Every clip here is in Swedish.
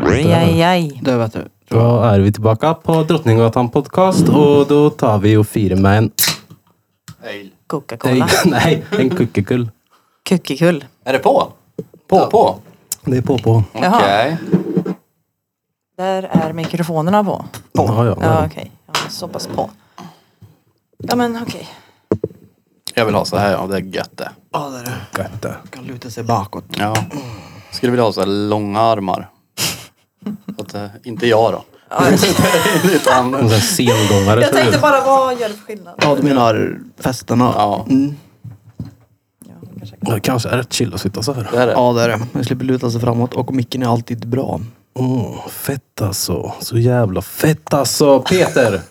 Aj. Det vet du. Då är vi tillbaka på Drottninggatan podcast och då tar vi och firar med en... Coca-Cola. Nej, en kuckekull. Kuckekull. Är det på? På? Det är på. Jaha. Okej. Där är mikrofonerna på. Ja. Ja, okej. Ja, så pass på. Ja, men okej. Jag vill ha så här, ja. Det är gött det. Ja, det är det. Gött det. Kan luta sig bakåt. Ja. Skulle vilja ha så här långa armar. Så att, inte jag då. Utan, En sån här sengångare. Jag tänkte bara, vad gör det för skillnad? Ja, du menar festerna? ja, Mm. Ja, kanske. Det kanske är rätt chill att sitta så här. det är det. Ja, det är det. Man slipper luta sig framåt och micken är alltid bra. Fett alltså. Så jävla fett alltså. Peter!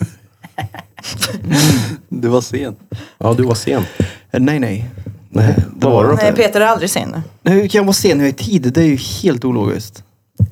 Du var sen. Ja, du var sen. Nej. Vad var det då? Nej, Peter är aldrig sen. Hur kan jag vara sen när jag är i tid? Det är ju helt ologiskt.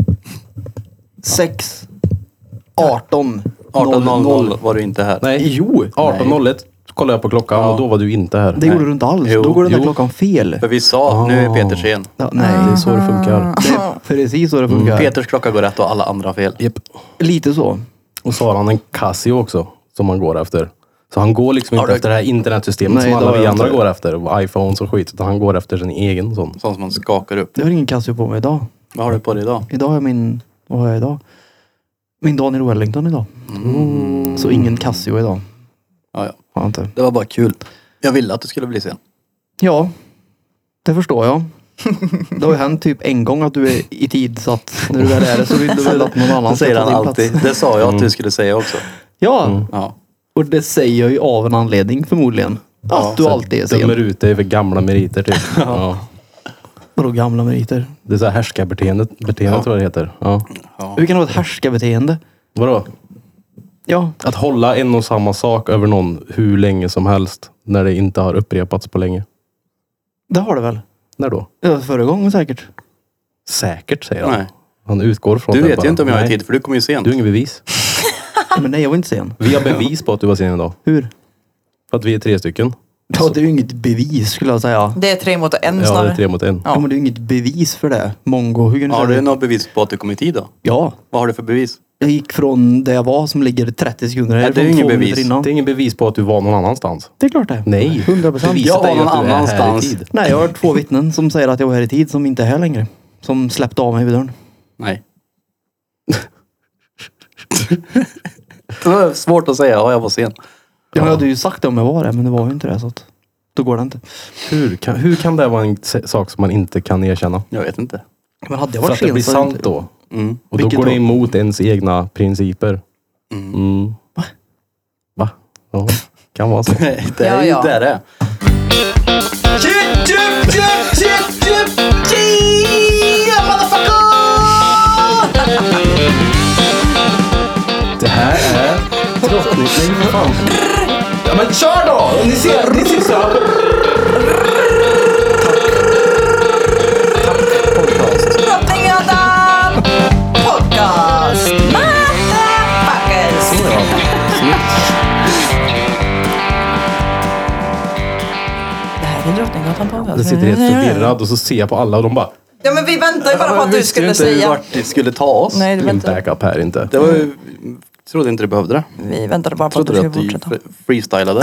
6 18 18.00 var du inte här. Nej, Jo. 18.01 kollade jag på klockan och då var du inte här. Det gjorde du inte alls. Jo. Då går den där Jo. klockan fel. För vi sa, nu är Peter sen. Ja, nej, Det är så det funkar. det är precis så det funkar. Peters klocka går rätt och alla andra fel. Japp. Lite så. Och så har han en Casio också som han går efter. Så han går liksom inte efter det här internetsystemet Nej, som det alla har vi jag andra inte. går efter. iPhones och skit. Utan han går efter sin egen sån. Sånt som man skakar upp. Jag har ingen Casio på mig idag. Vad har du på dig idag? Idag har jag min... Vad har jag idag? Min Daniel Wellington idag. Så ingen Casio idag. Ja. Har jag inte. Det var bara kul. Jag ville att du skulle bli sen. Ja, det förstår jag. Det har ju hänt typ en gång att du är i tid så att när du väl är det så vill du väl att någon annan Det säger ska ta han din alltid. plats. Det sa jag att du skulle säga också. Ja, Ja. och det säger jag ju av en anledning förmodligen. Att du Så alltid är dömer sen. ut dig för gamla meriter typ. Ja. Vadå gamla meriter? Det är så här härskarbeteendet tror jag det heter. Ja. Hur kan det vara ett härskarbeteende? Vadå? Ja, Att hålla en och samma sak över någon hur länge som helst. När det inte har upprepats på länge. det har det väl. När då? Det var förra gången säkert. Säkert säger han. Nej. Han utgår från Du det vet bara. ju inte om jag är i Nej, tid för du kommer ju sent. Du har inget bevis. Men nej, jag var inte sen. Vi har bevis på att du var sen idag. Hur? För att vi är 3 stycken. Ja, det är ju inget bevis skulle jag säga. Det är 3 mot 1 Ja, det snarare. är 3 mot 1. Ja, men det är ju inget bevis för det. Mongo, hur kan du Har säga du det? något bevis på att du kom i tid då? Ja, Vad har du för bevis? jag gick från där jag var som ligger 30 sekunder Nej, det är härifrån, ingen 2 minuter bevis. innan. Det är ingen bevis på att du var någon annanstans. Det är klart det. Nej. 100%. Beviset Jag var är ju någon att du är här i annanstans. tid. Nej, jag har 2 vittnen som säger att jag var här i tid som inte är här längre. Som släppte av mig vid dörren. Nej. Det var svårt att säga. Ja, jag var sen. Ja, jag hade ju sagt det om jag var det, men det var ju inte det. Så att, då går det inte. Hur kan det vara en sak som man inte kan erkänna? Jag vet inte. Men hade jag För varit att det sen blir så... sant då. Mm. Och då Vilket går det då? emot ens egna principer. Mm. Va? Ja, kan vara så. Det är ju Ja. det det är. Det här är drottning... Nej, vad fan. Ja, men kör då! Ni ser så. Drottninggatan podcast. Motherfuckers. Det här är Drottninggatan podcast. Jag sitter helt förvirrad och så ser jag på alla och de bara... Ja, men vi väntar ju bara på att du skulle säga. Vart det skulle ta oss. Nej, du Ingen väntar. backup här inte. Det var ju... Trodde inte du behövde det. Vi väntade bara på att du Trodde skulle du att fortsätta. du freestylade.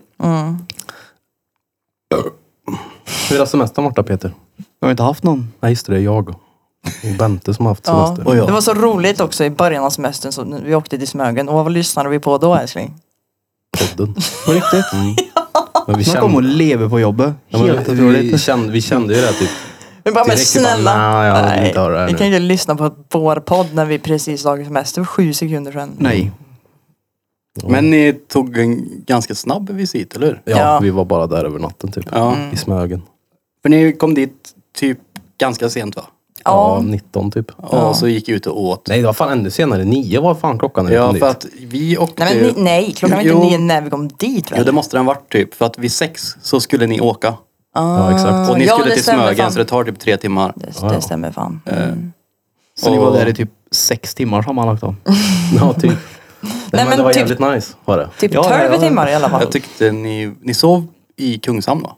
Hur har semestern varit då, Peter? Jag har inte haft någon. Nej, just det, det är jag. Och Bente som har haft Ja. semester. Och jag. Det var så roligt också i början av semestern så vi åkte till Smögen. Och vad lyssnade vi på då, älskling? Podden. På riktigt. Men vi Man kommer och lever på jobbet. Ja, men Helt vi otroligt. kände ju det typ. Vi bara, men Direkt bara, snälla. nej, jag vill inte höra det här vi nu. kan ju inte lyssna på vår podd när vi precis tagit semester. 7 sekunder sedan. Nej. Men ni tog en ganska snabb visit, eller? Ja, Ja. vi var bara där över natten typ. Ja. I Smögen. För ni kom dit typ ganska sent, va? Ja, Ja. 19 typ. Och så gick ut och åt. Nej, det var fan ännu senare. 9 var fan klockan när vi Ja, kom för dit. att vi åkte... Nej, men nej, klockan var Jo. inte 9 när vi kom dit väl? Jo, det måste den varit typ. För att vid 6 så skulle ni åka. Ja, exakt. Och ni Ja, skulle det till stämmer Smögen fan. så det tar typ 3 timmar. Det stämmer fan. Så ni Och- var där i typ 6 timmar sammanlagt då. Ja, typ. Nej, men det men var typ- jävligt nice, var det. Typ Ja, 12 ja. timmar i alla fall. Jag tyckte ni sov i Kungshamn, va?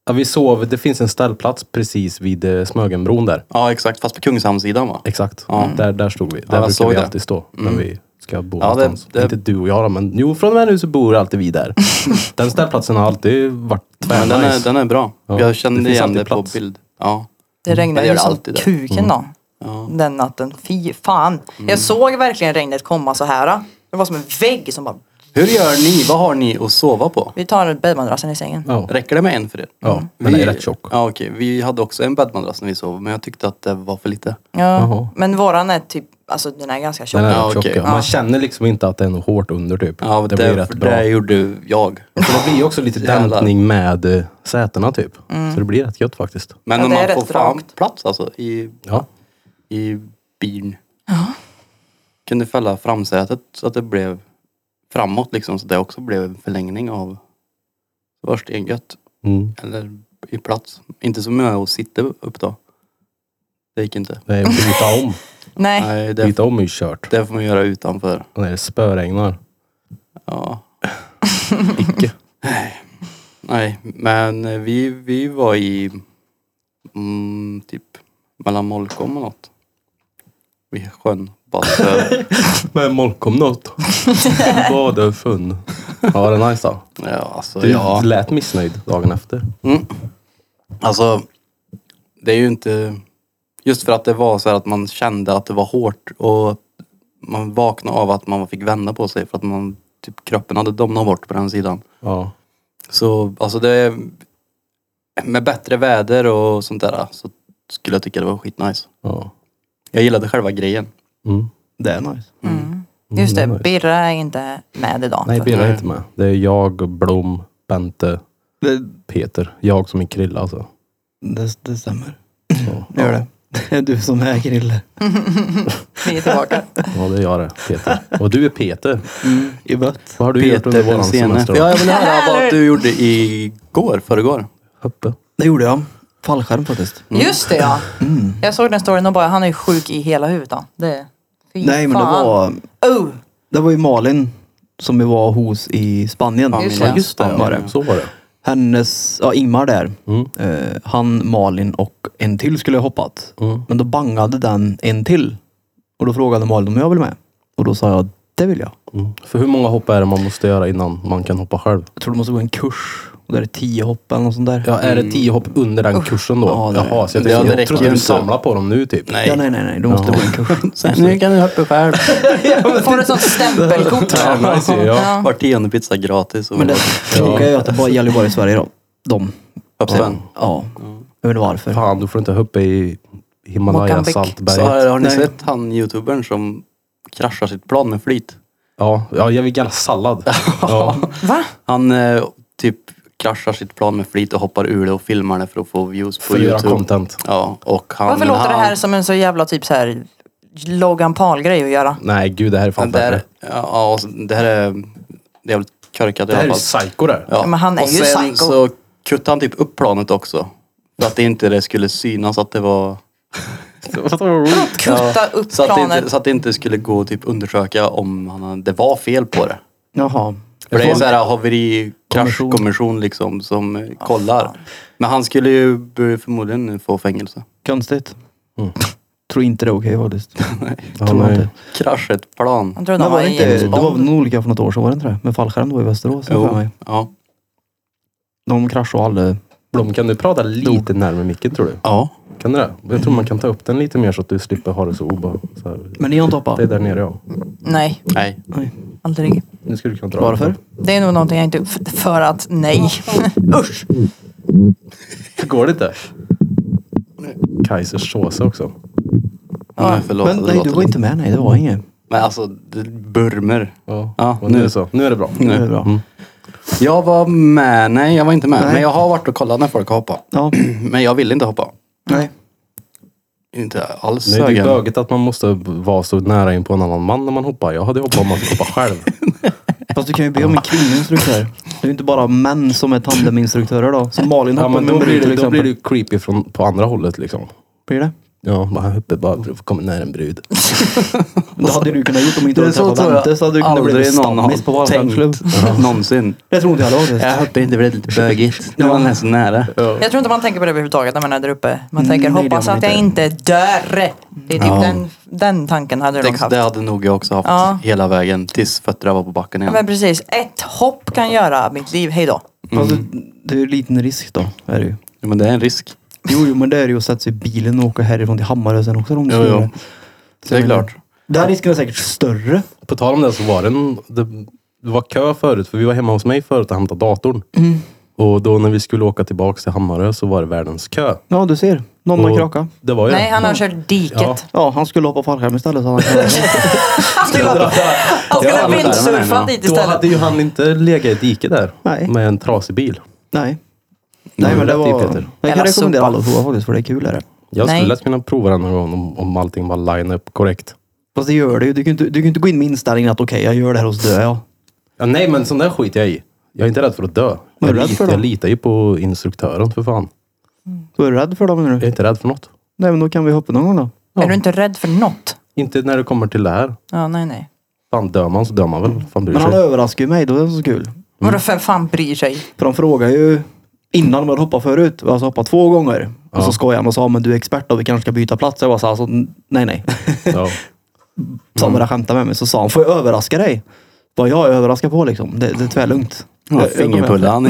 Ja, vi sov. Det finns en ställplats precis vid Smögenbron där. Ja, exakt. Fast på Kungshamnsidan va? Exakt. Ja. Där stod vi. Där jag brukar såg vi det. alltid stå när vi ska bo Ja, någonstans. det- Inte du och jag då, men jo, från och med nu så bor alltid vi där. Den ställplatsen har alltid varit Men tvärnice. den är bra. Ja, Jag det kände finns igen alltid det på plats. bild. Ja. Det regnade Men det ju gör det som alltid där. kuken då. Ja. Den natten. Fy fan. Jag såg verkligen regnet komma så här. Det var som en vägg som bara... Hur gör ni? Vad har ni att sova på? Vi tar bäddmadrassen i sängen. Ja. Räcker det med en för er? Ja, den är rätt tjock. Ja, okej. Vi hade också en bäddmadrass när vi sov. Men jag tyckte att det var för lite. Ja, Jaha. men våran är typ... Alltså den är ganska tjock. Den är Ja, rätt tjock. okej. Ja. Man känner liksom inte att det är något hårt under typ. Ja, det blir rätt för bra. det gjorde jag. För det blir också lite Jävlar. dämpning med sätena typ. Så det blir rätt gött faktiskt. Men Ja, när det är man får rätt fan rakt. plats alltså Ja. i bilen. Kunde fälla framsätet så att det blev framåt liksom. Så det också blev en förlängning av det var stengött. Mm. Eller i plats. Inte så mycket att sitta upp då. Det gick inte. Det är byta om. Nej. Nej, Byta om är ju kört. det får man göra utanför. Och när det spöregnar. Ja. Icke. Nej, men vi var i typ mellan Molkom och något. Vid sjön. Bara Men Molkom något. Både fun. Ja, det är nice då. ja, alltså Du ja. lät missnöjd dagen efter. Alltså, det är ju inte... Just för att det var så här att man kände att det var hårt och man vaknade av att man fick vända på sig för att man typ kroppen hade domnat bort på den sidan. Ja. Så alltså det är med bättre väder och sånt där så skulle jag tycka det var skitnice. Ja. Jag gillade själva grejen. Mm. Det är nice. Just det, det är nice. Birra är inte med idag. Nej, För- Birra är inte med. Det är jag, Blom, Bente, Det, Peter. Jag som är Krilla alltså. det stämmer. Så. Det gör det. Det är du som är Grille. Vi är tillbaka. Ja, det gör det. Peter. Och du är Peter. I bött. Vad har du gjort under Peter våran Benzene. semester? Ja, jag vill höra vad du gjorde förrgår. Uppe. Det gjorde jag. Fallskärm faktiskt. Just det ja. Jag såg den storyn och bara, han är ju sjuk i hela huvudet då. Det, fy Nej, men fan. det var ju Malin som vi var hos i Spanien. Ja, Just min det. Just det, var det. Så var det. Hennes, Ingmar där. Mm. Han, Malin och en till skulle jag hoppat. Mm. Men då bangade den en till. Och då frågade Malin om jag vill med. Och då sa jag, det vill jag. Mm. För hur många hopp är det man måste göra innan man kan hoppa själv? Jag tror du måste gå en kurs. Och där är 10 hopp eller något sånt där. Ja, är det 10 hopp under den kursen då? Ja, det är det. Jaha, så jag, Ja, det jag räcker trodde ju du inte. samlar på dem nu typ. Nej. Ja, nej. Du måste gå en kurs. Sen nu kan du hoppa själv. Får du ett sånt stämpelkort? Ja, nice, ja. Ja. Var 10:e pizza gratis. Och Men det tråkiga är ju att det bara gäller bara i Sverige då. De. Hoppsan. Ja. Jag vet inte varför. Fan, du får inte hoppa i Himalaya Mocambique. Så saltberget. har ni Nej. sett han youtubern som kraschar sitt plan med flit? Ja, jag vill gärna sallad. Ja. Va? Han typ kraschar sitt plan med flit och hoppar ur det och filmar det för att få views på För att göra YouTube. content. Ja, och han... Varför men låter det han- här som en så jävla typ så här Logan Paul-grej att göra? Nej, gud, det här är fan Men det här, bättre. ja, och så- det här är jävligt korkat i Det här alla är fall. psycho där. Ja. Men han är och ju sen psycho. så kuttade han typ upp planet också. För att det inte skulle synas att det var... Kutta upp så att, det planet. inte, så att det inte skulle gå att typ undersöka om det var fel på det. Jaha. För det är så här haveri-kraschkommission liksom som kollar. Men han skulle ju förmodligen nu få fängelse. Konstigt. Mm. Tror inte det är okej faktiskt. Ja, Tror jag nej. inte. Krascha ett plan. Jag tror Men de var var det, i inte, James det var Bond. väl en olycka för något år sedan, var det inte det? Med fallskärm då i Västerås. för Jo, mig. ja. De kraschade aldrig. Blom, kan du prata lite närmare micken tror du? Ja. Kan du det? Jag tror man kan ta upp den lite mer så att du slipper ha det så obehagligt. Men ni har inte hoppat? Det är där nere ja. Nej, Nej. Nej. aldrig. Nu ska du kunna dra. Varför? Det är nog någonting jag inte... För att nej. Usch! Går det inte? Kaisers sås också. Nej, förlåt. Men det nej, låter du var inte med. Nej, det var inget. Men alltså, det burmer. Ja, Ja, men nu är nu. det så. Nu är det bra. Nu är det bra. Mm. Jag var med, nej jag var inte med. Nej. Men jag har varit och kollat när folk har hoppat. Ja. Men jag vill inte hoppa. Nej. Inte alls Nej, det är sugen. böget att man måste vara så nära in på en annan man när man hoppar. Jag hade hoppat om man fick hoppa själv. Fast du kan ju be om en kvinnlig instruktör. Det är ju inte bara män som är tandeminstruktörer då. Som Malin Ja, hoppar men med då Marie blir till det, då exempel. blir det creepy på andra hållet liksom. Blir det? Ja, bara uppe bara för att komma nära en brud. Det hade du kunnat gjort om inte Det du är så hade tror träffat Vente, så hade du kunnat bli aldrig någon stammis på har varje tänkt någonsin. Det tror inte jag faktiskt. Jag hoppas inte blir lite bögigt när man är så nära. Jag tror inte man tänker på det överhuvudtaget när man är där uppe. Man tänker Nej, det hoppas gör man att jag inte dör. Det är typ den tanken hade du nog haft. Det hade nog jag också haft hela vägen tills fötterna var på backen Ja, igen. men precis, ett hopp kan göra mitt liv, hej då. Alltså, det är ju en liten risk då, är det ju. Ja, men det är en risk. Jo, men det är ju att sätta sig i bilen och åka härifrån till Hammarö sen också. Jo. Det är klart. Den risken är säkert större. På tal om det så var det var kö förut, för vi var hemma hos mig förut och hämtade datorn. Och då när vi skulle åka tillbaka till Hammarö så var det världens kö. Ja, du ser. Någon har krockat. Det var ju Nej, han har kört diket. Ja, han skulle hoppa fallskärm istället. Så han Han skulle vindsurfa dit Då istället. hade ju han inte legat i diket där. Nej. Med en trasig bil. Nej. Nej, men det var... Peter. Jag kan Jävla rekommendera sopa. alla att prova faktiskt, för det är kul är det. Jag Nej. skulle lätt kunna prova den någon gång om allting var line up korrekt. Fast det gör det ju. Du kan inte gå in med inställningen att okej, jag gör det här och så dör jag. Ja, nej, men sån där skit jag i. Jag är inte rädd för att dö. Vad är du rädd för då? Jag litar ju på instruktören för fan. Så är du rädd för dem Jag är nu? inte rädd för något. Nej, men då kan vi hoppa någon gång då. Är du inte rädd för något? Inte när det kommer till det här. Ja, nej. Fan, dör man så dör man väl. Fan bryr Men han sig. överraskar ju mig, då är det så kul. Vadå för fan bryr sig? För de frågar ju innan de hade hoppat förut. Alltså hoppat 2 gånger. Och så skojade han och sa, men du är expert och vi kanske ska byta plats. Jag var så här, alltså, nej. Ja. Så han började skämta med mig. Så sa han, får jag överraska dig? Vad jag är överraskad på liksom. Det är tvärlugnt. Ja, fingerpullan.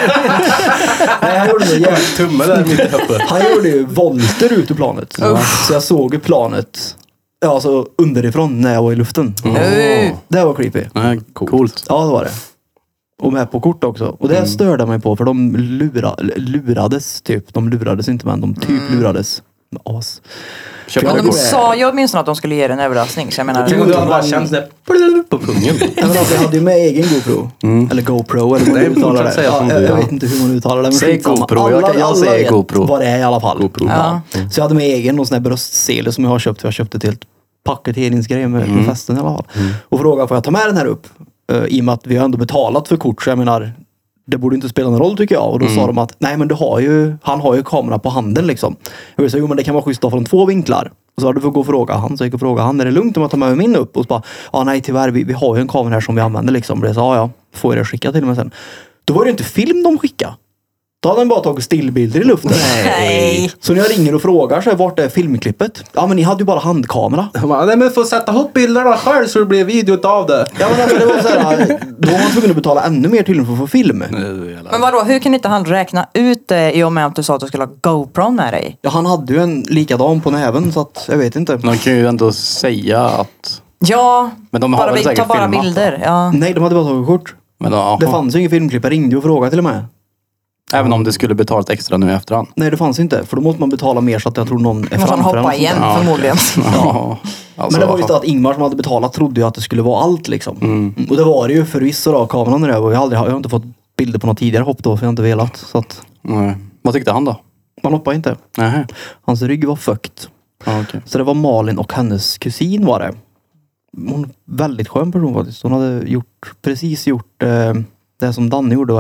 Nej, han gjorde det jävligt. Tumme där mitt uppe. Han gjorde ju volter ut ur planet. Så jag såg ju planet alltså underifrån när jag var i luften. Det var creepy. Nej, coolt. Ja, det var det. Och med på kort också. Och det störde mig på, för de lurades typ. De lurades inte, men de typ lurades. As. Men de sa ju åtminstone att de skulle ge er en överraskning. Så jag menar... Tänk om du bara känns det på pungen. Ja, men alltså, jag hade ju med egen GoPro. Eller GoPro, eller hur man Nej, uttalar det. fortsätt säga som du, Jag ja. vet inte hur man uttalar det. Men Säg skitsamma. GoPro, jag säger vet GoPro. vad det är i alla fall. GoPro. Ja. Så jag hade med egen och sån här bröstsele som jag har köpt. Jag köpte ett helt paketeringsgrej med festen i alla fall. Och frågade, får jag ta med den här upp? I och med att vi har ändå betalat för kort, så jag menar, det borde inte spela någon roll tycker jag. Och då sa de att, nej men han har ju kamera på handen liksom. Jag vill säga, jo men det kan vara schysst från 2 vinklar. Och så har du fått gå och fråga han. Så jag gick och frågade han, är det lugnt om jag tar med min upp? Och så bara, ja nej tyvärr, vi har ju en kamera här som vi använder liksom. Och det sa, ja, får jag det skicka till mig sen. Då var det inte film de skickade. Då hade han bara tagit stillbilder i luften. Nej. Så när jag ringer och frågar så här, vart är filmklippet? Ja men ni hade ju bara handkamera. Nej men få sätta ihop bilderna själv så det blir video av det. Ja men alltså, det var så här, då var man tvungen att betala ännu mer till för att få film. Men vadå, hur kan inte han räkna ut det i och med att du sa att du skulle ha GoPro med dig? Ja, han hade ju en likadan på näven så att jag vet inte. De kan ju ändå säga att... Ja, Men de har bara väl säkert ta bara filmat, bilder. Ja. Nej, de hade bara tagit kort. Men då, Det fanns ju ingen filmklipp. Jag ringde och frågade till och med. även om det skulle betalat extra nu i efterhand. Nej, det fanns inte. För då måste man betala mer så att jag tror någon är Måste han framför en hoppa och igen sånt där. förmodligen. Ja. Alltså, Men det var just det att Ingmar som hade betalat trodde ju att det skulle vara allt liksom. Och det var det ju förvisso då, kameran där. Och jag har inte fått bilder på något tidigare hopp då, för jag har inte velat. Så att Nej. Vad tyckte han då? man hoppade inte. Nej. Hans rygg var fukt. Ja, okej. Så det var Malin och hennes kusin var det. Hon väldigt skön person faktiskt. Hon hade precis gjort det som Danne gjorde.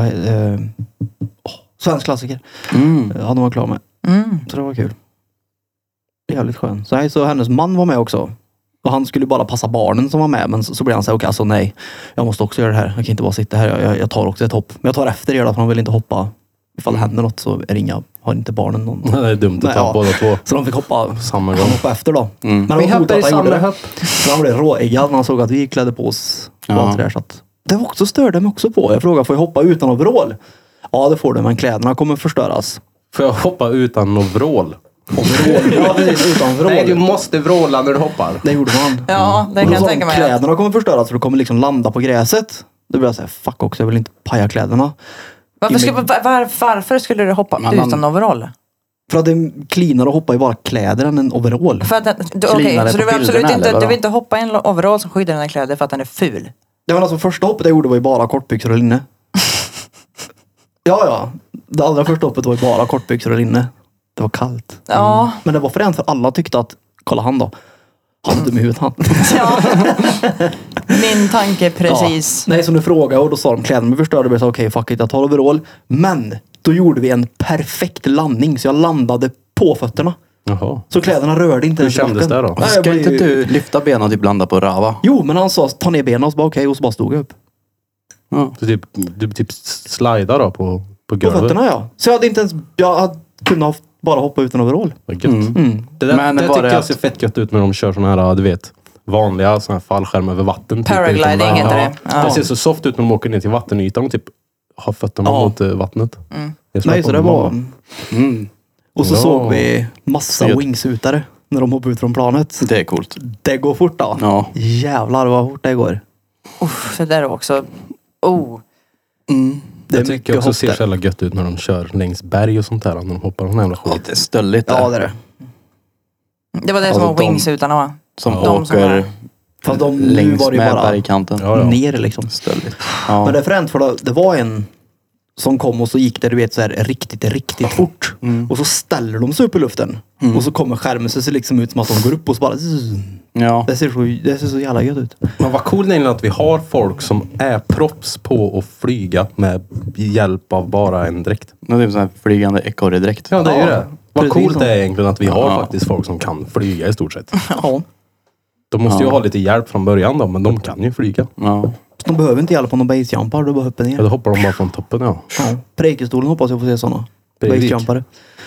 Svensk klassiker. Hade man klar med. Så det var kul. Jävligt skön. Så hennes man var med också. Och han skulle bara passa barnen som var med. Men så blev han så okej, alltså nej. Jag måste också göra det här. Jag kan inte bara sitta här. Jag tar också ett hopp. Men jag tar efter det, för han vill inte hoppa. Ifall det händer något så är det inga, har inte barnen någon. Det är dumt att ta båda två. Så de fick hoppa samma han gång. hoppade efter då. Men Vi han hoppar hotade i att han gjorde samma det. hopp. Så han blev råäggad när han såg att vi klädde på oss. Och Ja. allt det där, så att det var också störde mig också på. Jag frågade, får jag hoppa utan overall? Ja, det får du, men kläderna kommer förstöras. Får jag hoppa utan något vrål? Overall? Ja, precis, utan overall. Nej, du måste vråla när du hoppar. Det gjorde man. Ja, det Och kan då jag sa tänka de, mig. kläderna kommer förstöras för du kommer liksom landa på gräset. Då blev jag säga, fuck också, jag vill inte paja kläderna. Varför skulle du hoppa Men han- Mm. utan overall? För att det är cleanare att hoppa i bara kläder än en overall. För att okej, Cleanare så på du vill absolut bilderna, eller inte, vadå? du vill inte hoppa i en overall som skyddar dina kläder för att den är ful? Det var alltså första hoppet jag gjorde var ju bara kortbyxor och linne. Ja. Det allra första hoppet var ju bara kortbyxor och linne. Det var kallt. Ja. Men det var fränt för alla tyckte att, kolla han då. Han är dum i huvudet han. Ja. Min tanke precis. Ja. Nej, så nu frågade jag och då sa de kläderna förstörde. Jag sa okej, fuck it, jag tar overall. Men då gjorde vi en perfekt landning så jag landade på fötterna. Jaha. Så kläderna rörde inte Hur ens i kändes backen. det då? Nej, jag Ska blev inte ju- du lyfta benen och typ landa på rava? Jo, men han sa ta ner benen och så bara okej, och så bara stod jag upp. Ja. Så du typ slidar då på På golvet? fötterna ja. Så jag hade inte ens, jag hade kunnat bara hoppa utan overall. Vad gött. Mm. Det där, Men det var tycker det jag att- ser fett gött ut när de kör såna här, du vet, vanliga såna här fallskärm över vatten. Paragliding utan- heter det. Ja. Det ser så soft ut när de åker ner till vattenytan och typ har fötterna Ja. mot vattnet. Det Nej, så det var... Mm. Och så Ja. såg vi massa Gött. wingsutare när de hoppade ut från planet. Det är coolt. Det går fort då. Ja. Jävlar vad fort det går. Det där är också... Oh. Det är Jag tycker mycket också hopp ser där. så jävla gött ut när de kör längs berg och sånt där. När de hoppar på den jävla skit. Lite stölligt där. Ja, det är det. Det var det som Alltså, var de- wingsutarna va? Som Ja. De som åker är- Fast de nu längs var det ju med bara bergkanten. Ja, ja. ner liksom. Stöldigt. Ja. Men det är fränt för det var en som kom och så gick det du vet så här riktigt fort. Och så ställer de sig upp i luften. Och så kommer skärmen så ser det liksom ut som att de går upp och så bara... Ja. Det ser så jävla gött ut. Men vad cool egentligen att vi har folk som är proffs på att flyga med hjälp av bara en dräkt. Det är typ sån här flygande ekorredräkt. Ja, det är ju Ja, det. Vad precis coolt så. det är egentligen att vi har Ja. faktiskt folk som kan flyga i stort sett. Ja. De måste ju Ja. ha lite hjälp från början då, men de kan ju flyga. Ja. De behöver inte hjälp om de basejumpar, då bara hoppar ner. Ja, då hoppar de bara från toppen, ja. Ja. Preikestolen hoppas jag får se sådana. Breivik. Basejumpare.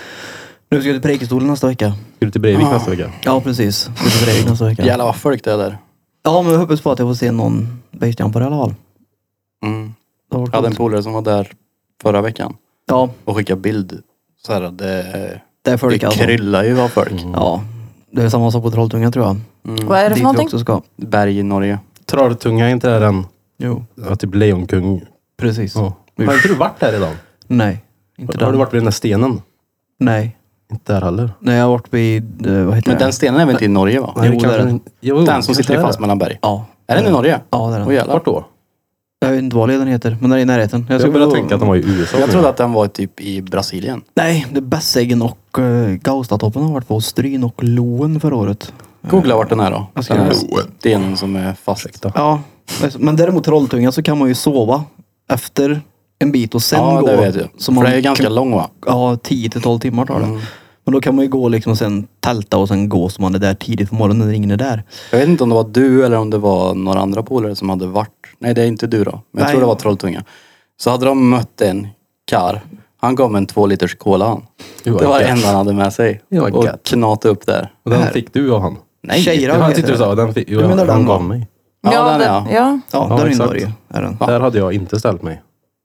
Nu ska vi till Preikestolen nästa vecka. Ska du till Breivik nästa vecka? Ja, precis. Vi ska till Breivik nästa vecka. Jävlar vad folk det är där. Ja, men jag hoppas på att jag får se någon basejumpare i alla fall. Mm. Det var Jag hade en coolt. polare som var där förra veckan Ja, och skickade bild. Så här, det är folk det alltså. kryllar ju av folk. Ja, det är samma sak på Trolltunga tror jag. Vad är det för Dit vi någonting? också ska. Berg i Norge. Trolltunga, är inte det den? Jo, Ja, typ lejonkung. precis. Ja. Har inte du varit där idag? Nej, inte Har där. du varit vid den där stenen? Nej. Inte där heller. Nej, jag har varit vid, vad heter Men det? den stenen är väl inte i Norge va? Nej, det är den. Jo, Den som kanske sitter är fast det. mellan berg. Ja. Är den i Norge? Ja, det är den. Åh jävlar. Vart då? Jag vet inte vad leden heter, men den är i närheten. Jag började tänka att de var i USA. Jag nu. trodde att den var typ i Brasilien. Nej, det är Bässäggen och Gaustatoppen har varit på. Stryn och Loen förra året. Googla vart den är då. Jag ska Den här göra stenen som är fast. Ursäkta. Ja, men däremot Trolltunga så kan man ju sova efter en bit och sen Ja, gå. det vet jag. Så För man det är ganska kan, lång va? ja, 10-12 timmar tar det. Men då kan man ju gå liksom och sen tälta och sen gå så man är där tidigt på morgonen när ingen är där. Jag vet inte om det var du eller om det var några andra polare som hade varit. Nej det är inte du då. Men jag Nej. tror det var Trolltunga. Så hade de mött en kar. Han gav mig en 2 liters cola han. Det var Det var det gött. enda han hade med sig. Det var Och gött. knata upp där. Och den Här. fick du och han. Nej. Tjejer Ja, jag heter tyckte du det. sa. Den fick, Du menar han den gav då? mig. Ja, den det, ja. ja. Ja, Ja, där i exakt. Norge är den. Där hade jag inte ställt mig.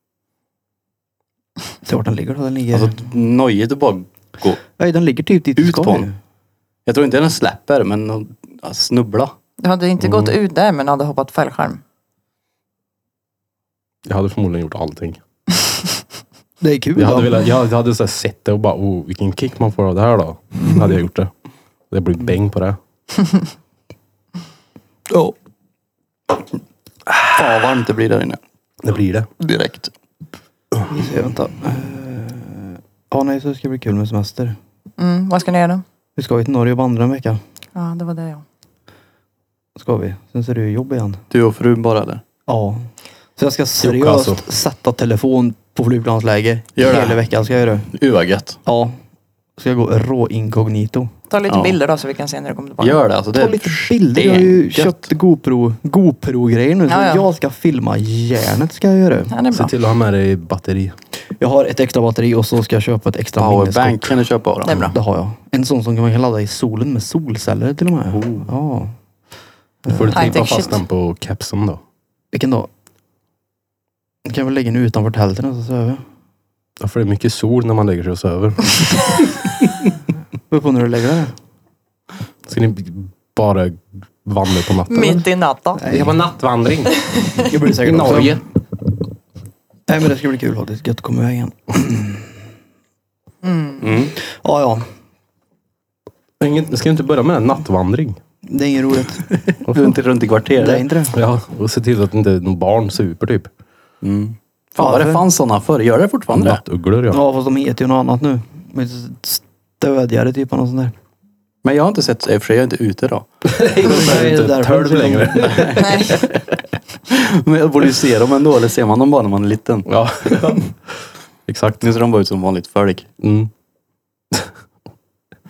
Se vart den ligger då. Den ligger... Alltså nojigt att bara gå. Nej, den ligger typ dit du Ut ska på ju. den. Jag tror inte den släpper men snubbla. Du hade inte gått ut där men hade hoppat fallskärm. Jag hade förmodligen gjort allting. Det är kul Jag hade, då. velat, jag hade så här sett det och bara, oh, vilken kick man får av det här då. Då hade jag gjort det. Det blir bäng på det. Ja. Fan vad varmt det blir där inne. Det blir det. Direkt. Vi ser, vänta. Ja, nej, så det ska bli kul med semester. Vad ska ni göra då? Vi ska ju till Norge och vandra en vecka. Ja, det var det ja. Ska vi. Sen ser det ju jobb igen. Du och frun bara eller? Ja. Så jag ska Jocke seriöst alltså. sätta telefon på flygplansläge. Gör det. Hela veckan ska jag göra det. Vad gött. Ja. Ska jag gå rå inkognito. Ta lite Ja. bilder då så vi kan se när du kommer tillbaka. Gör det alltså. Det Ta är lite bilder. Jag har ju gött. köpt GoPro-grejer nu. Så Ja, ja. jag ska filma järnet ska jag göra. Ja, det är Se bra. till att ha med dig batteri. Jag har ett extra batteri och så ska jag köpa ett extra Powerbank minneskort. kan du köpa av Det är då. bra. Det har jag. En sån som man kan ladda i solen med solceller till och med. Ja. Då får du High-tech tejpa fast shit. den på kepsen då. Vilken dag? Jag kan väl lägga den utanför tälten och så söver. Ja, för det är mycket sol när man lägger sig och söver. Beror på när du lägger det. Ska ni bara vandra på natten? Mitt i natten. Vi ska på nattvandring. Det blir säkert I också. Norge. Nej men det ska bli kul faktiskt. Gött att komma iväg igen. Ja, ja. Ska du inte börja med en nattvandring? Det är inget roligt. Runt i kvarteret. Det är inte det. Ja, och se till att inte någon barn super typ. Fan vad det fanns sådana förr. Gör det fortfarande? Nattugglor ja. Ja, fast de heter ju något annat nu. Stödjare typ och sånt där. Men jag har inte sett, i och för sig jag är inte ute då. Det är inte därför törd ser de- längre. Nej. Men jag borde ju se dem ändå, eller ser man dem bara när man är liten? Ja. Exakt. Nu ser de bara ut som vanligt folk. Mm.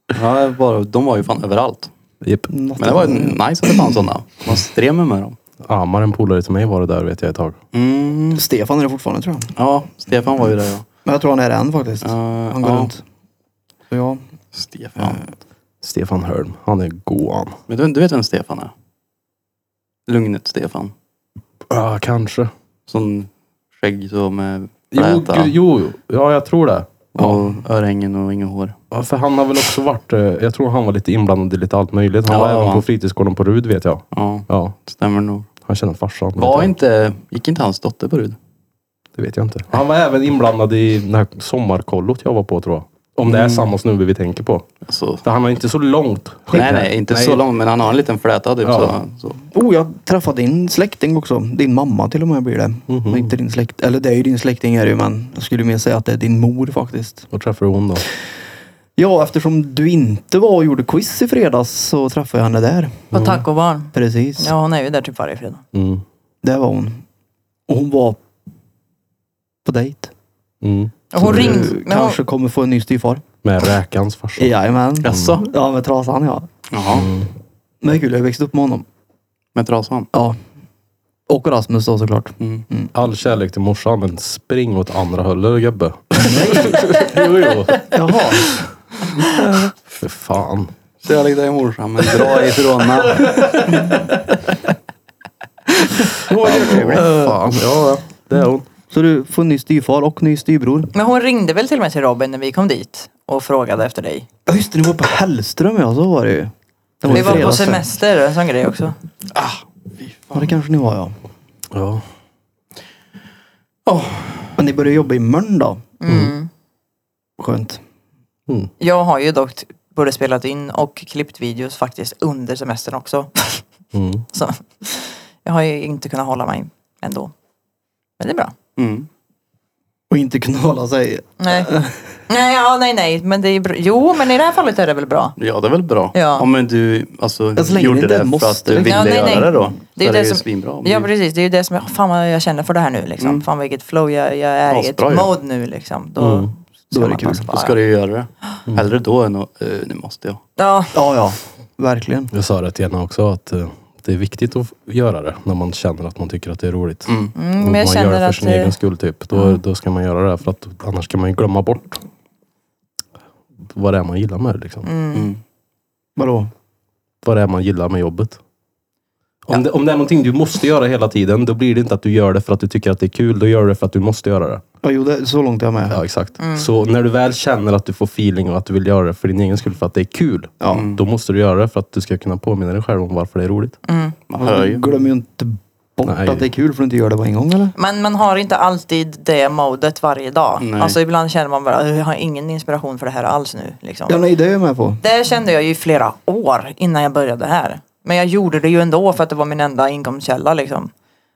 Ja, de var ju fan överallt. Japp. Men det var ju nice att det fanns sådana. Man streamer med dem. Amar, en polare till mig var det där vet jag ett tag. Stefan är det fortfarande tror jag. Ja, Stefan var ju där ja. Men jag tror han är det än faktiskt. Han går runt. Så ja. Stefan Hörn, han är god han. Men du vet vem Stefan är? Lugnet Stefan. Ja, kanske. Sån skägg så med Jo, ja jag tror det. Och örhängen och inga hår. Ja, för han har väl också varit, jag tror han var lite inblandad i lite allt möjligt. Han var även på fritidsgården på Rud vet jag. Ja, stämmer nog. Han känner farsan. Gick inte hans dotter på Rud? Det vet jag inte. Han var även inblandad i den här sommarkollot jag var på tror jag. Om det är samma snubbe vi tänker på. Så. För han har inte så långt. Nej, inte så långt. Men han har en liten fläta typ så. Jag träffade din släkting också. Din mamma till och med blir det. Men inte din släkt. Eller det är ju din släkting är det ju, men jag skulle mer säga att det är din mor faktiskt. Vad träffade hon då? Ja, eftersom du inte var och gjorde quiz i fredags så träffade jag henne där. På tacobarn. Precis. Ja, hon är ju där typ varje fredag. Det var hon. Och hon var på dejt. Och hon ringde. Du kanske kommer få en ny styvfar. Med räkans farsa. Jajamän. Jaså? Ja, med trasan ja. Jaha. Men det är kul, jag växte upp med honom. Med trasan? Ja. Och Rasmus då såklart. All kärlek till morsan, men spring åt andra hållet gubbe. jo. Jaha. För fan. Kärlek dig morsan, men dra ifrån henne. Fan, ja det är hon. Så du får en ny styvfar och ny styvbror. Men hon ringde väl till och med till Robin när vi kom dit och frågade efter dig. Ja just det, ni var på Hellström ja, så var det ju. Det Vi var på fredags. semester, en sån grej också. Ja, det kanske ni var ja. Ja. Men ni började jobba imorgon då? Skönt. Jag har ju dock både spelat in och klippt videos faktiskt under semestern också. Så jag har ju inte kunnat hålla mig ändå. Men det är bra. Och inte kunna hålla sig. Nej. Nej. Men det är bra. Jo, men i det här fallet är det väl bra. Ja, det är väl bra. Ja. Om men du länge gjorde det det för måste, att du liksom. ville göra det då. Det är så det ju som svinbra. Ja, precis. Det är ju det som fan vad jag känner för det här nu liksom. Fan vilket flow jag är i ett bra, ja. mode nu liksom. Då är det kul. Då ska du ju göra det. Hellre då än att, nu måste jag. Ja, verkligen. Jag sa det till henne också att det är viktigt att göra det när man känner att man tycker att det är roligt. Och men man jag känner gör det för att sin egen skull typ. Då ska man göra det för att annars kan man ju glömma bort vad det är man gillar med det liksom. Vadå? Vad det är man gillar med jobbet. Om det är någonting du måste göra hela tiden, då blir det inte att du gör det för att du tycker att det är kul. Då gör du det för att du måste göra det. Ja, jo, så långt är jag med. Ja, exakt. Så när du väl känner att du får feeling och att du vill göra det för din egen skull för att det är kul. Då måste du göra det för att du ska kunna påminna dig själv om varför det är roligt. Man hör ju. Glöm ju inte bort att det är kul för att inte göra det på en gång eller? Men man har inte alltid det modet varje dag. Nej. Alltså ibland känner man bara, jag har ingen inspiration för det här alls nu. Liksom. Ja, nej, det är jag med på. Det kände jag ju i flera år innan jag började här. Men jag gjorde det ju ändå för att det var min enda inkomstkälla liksom.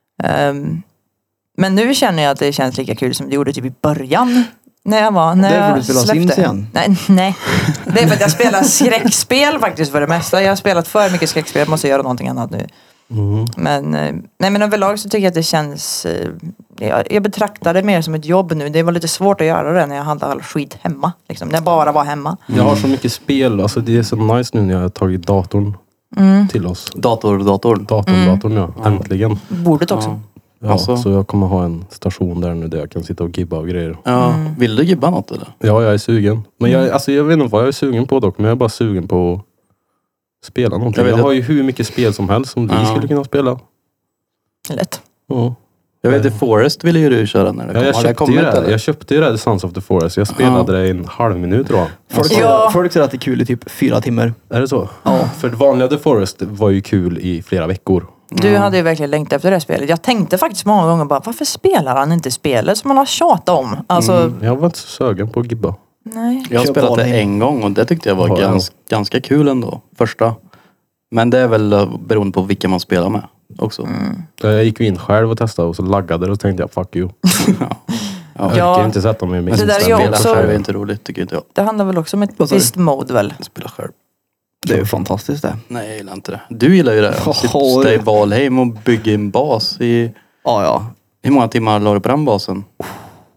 Men nu känner jag att det känns lika kul som det gjorde typ i början. När Det är för att du jag spelar släppte. Sims igen. Nej. Det är för att jag spelar skräckspel faktiskt för det mesta. Jag har spelat för mycket skräckspel. Jag måste göra någonting annat nu. Men överlag så tycker jag att det känns... Jag betraktar det mer som ett jobb nu. Det var lite svårt att göra det när jag hade all skit hemma. Liksom, när jag bara var hemma. Jag har så mycket spel. Alltså det är så nice nu när jag har tagit datorn till oss. Datorn. Datorn ja. Äntligen. Bordet också. Ja, Alltså. så jag kommer ha en station där nu där jag kan sitta och gibba och grejer. Ja. Vill du gibba något eller? Ja, jag är sugen. Men jag vet inte vad jag är sugen på dock. Men jag är bara sugen på att spela någonting. Jag har ju hur mycket spel som helst som vi skulle kunna spela. Lätt. Ja. Jag vet att Forest ville ju du köra när det kom. Jag köpte ju det, Sons of the Forest. Jag spelade det i en halv minut tror jag. Folk säger att det är kul i typ 4 timmar. Är det så? Ja. För det vanliga The Forest var ju kul i flera veckor. Du hade ju verkligen längtat efter det här spelet. Jag tänkte faktiskt många gånger bara, varför spelar han inte spelet som man har tjatat om? Alltså, Jag var inte så sögen på att gibba. nej. Jag har spelat det en gång och det tyckte jag var ganska kul ändå. Första. Men det är väl beroende på vilka man spelar med också. Jag gick ju in själv och testade och så laggade det och tänkte jag fuck you. Jag kan inte sätta mig med det där är ju Spela också- själv är inte roligt tycker inte jag. Det handlar väl också om ett visst mode väl? Spela själv. Det är ju fantastiskt det. Nej, jag gillar inte det. Du gillar ju det. Sitta i Valheim och bygga en bas i... Ja. Hur många timmar la du på den basen?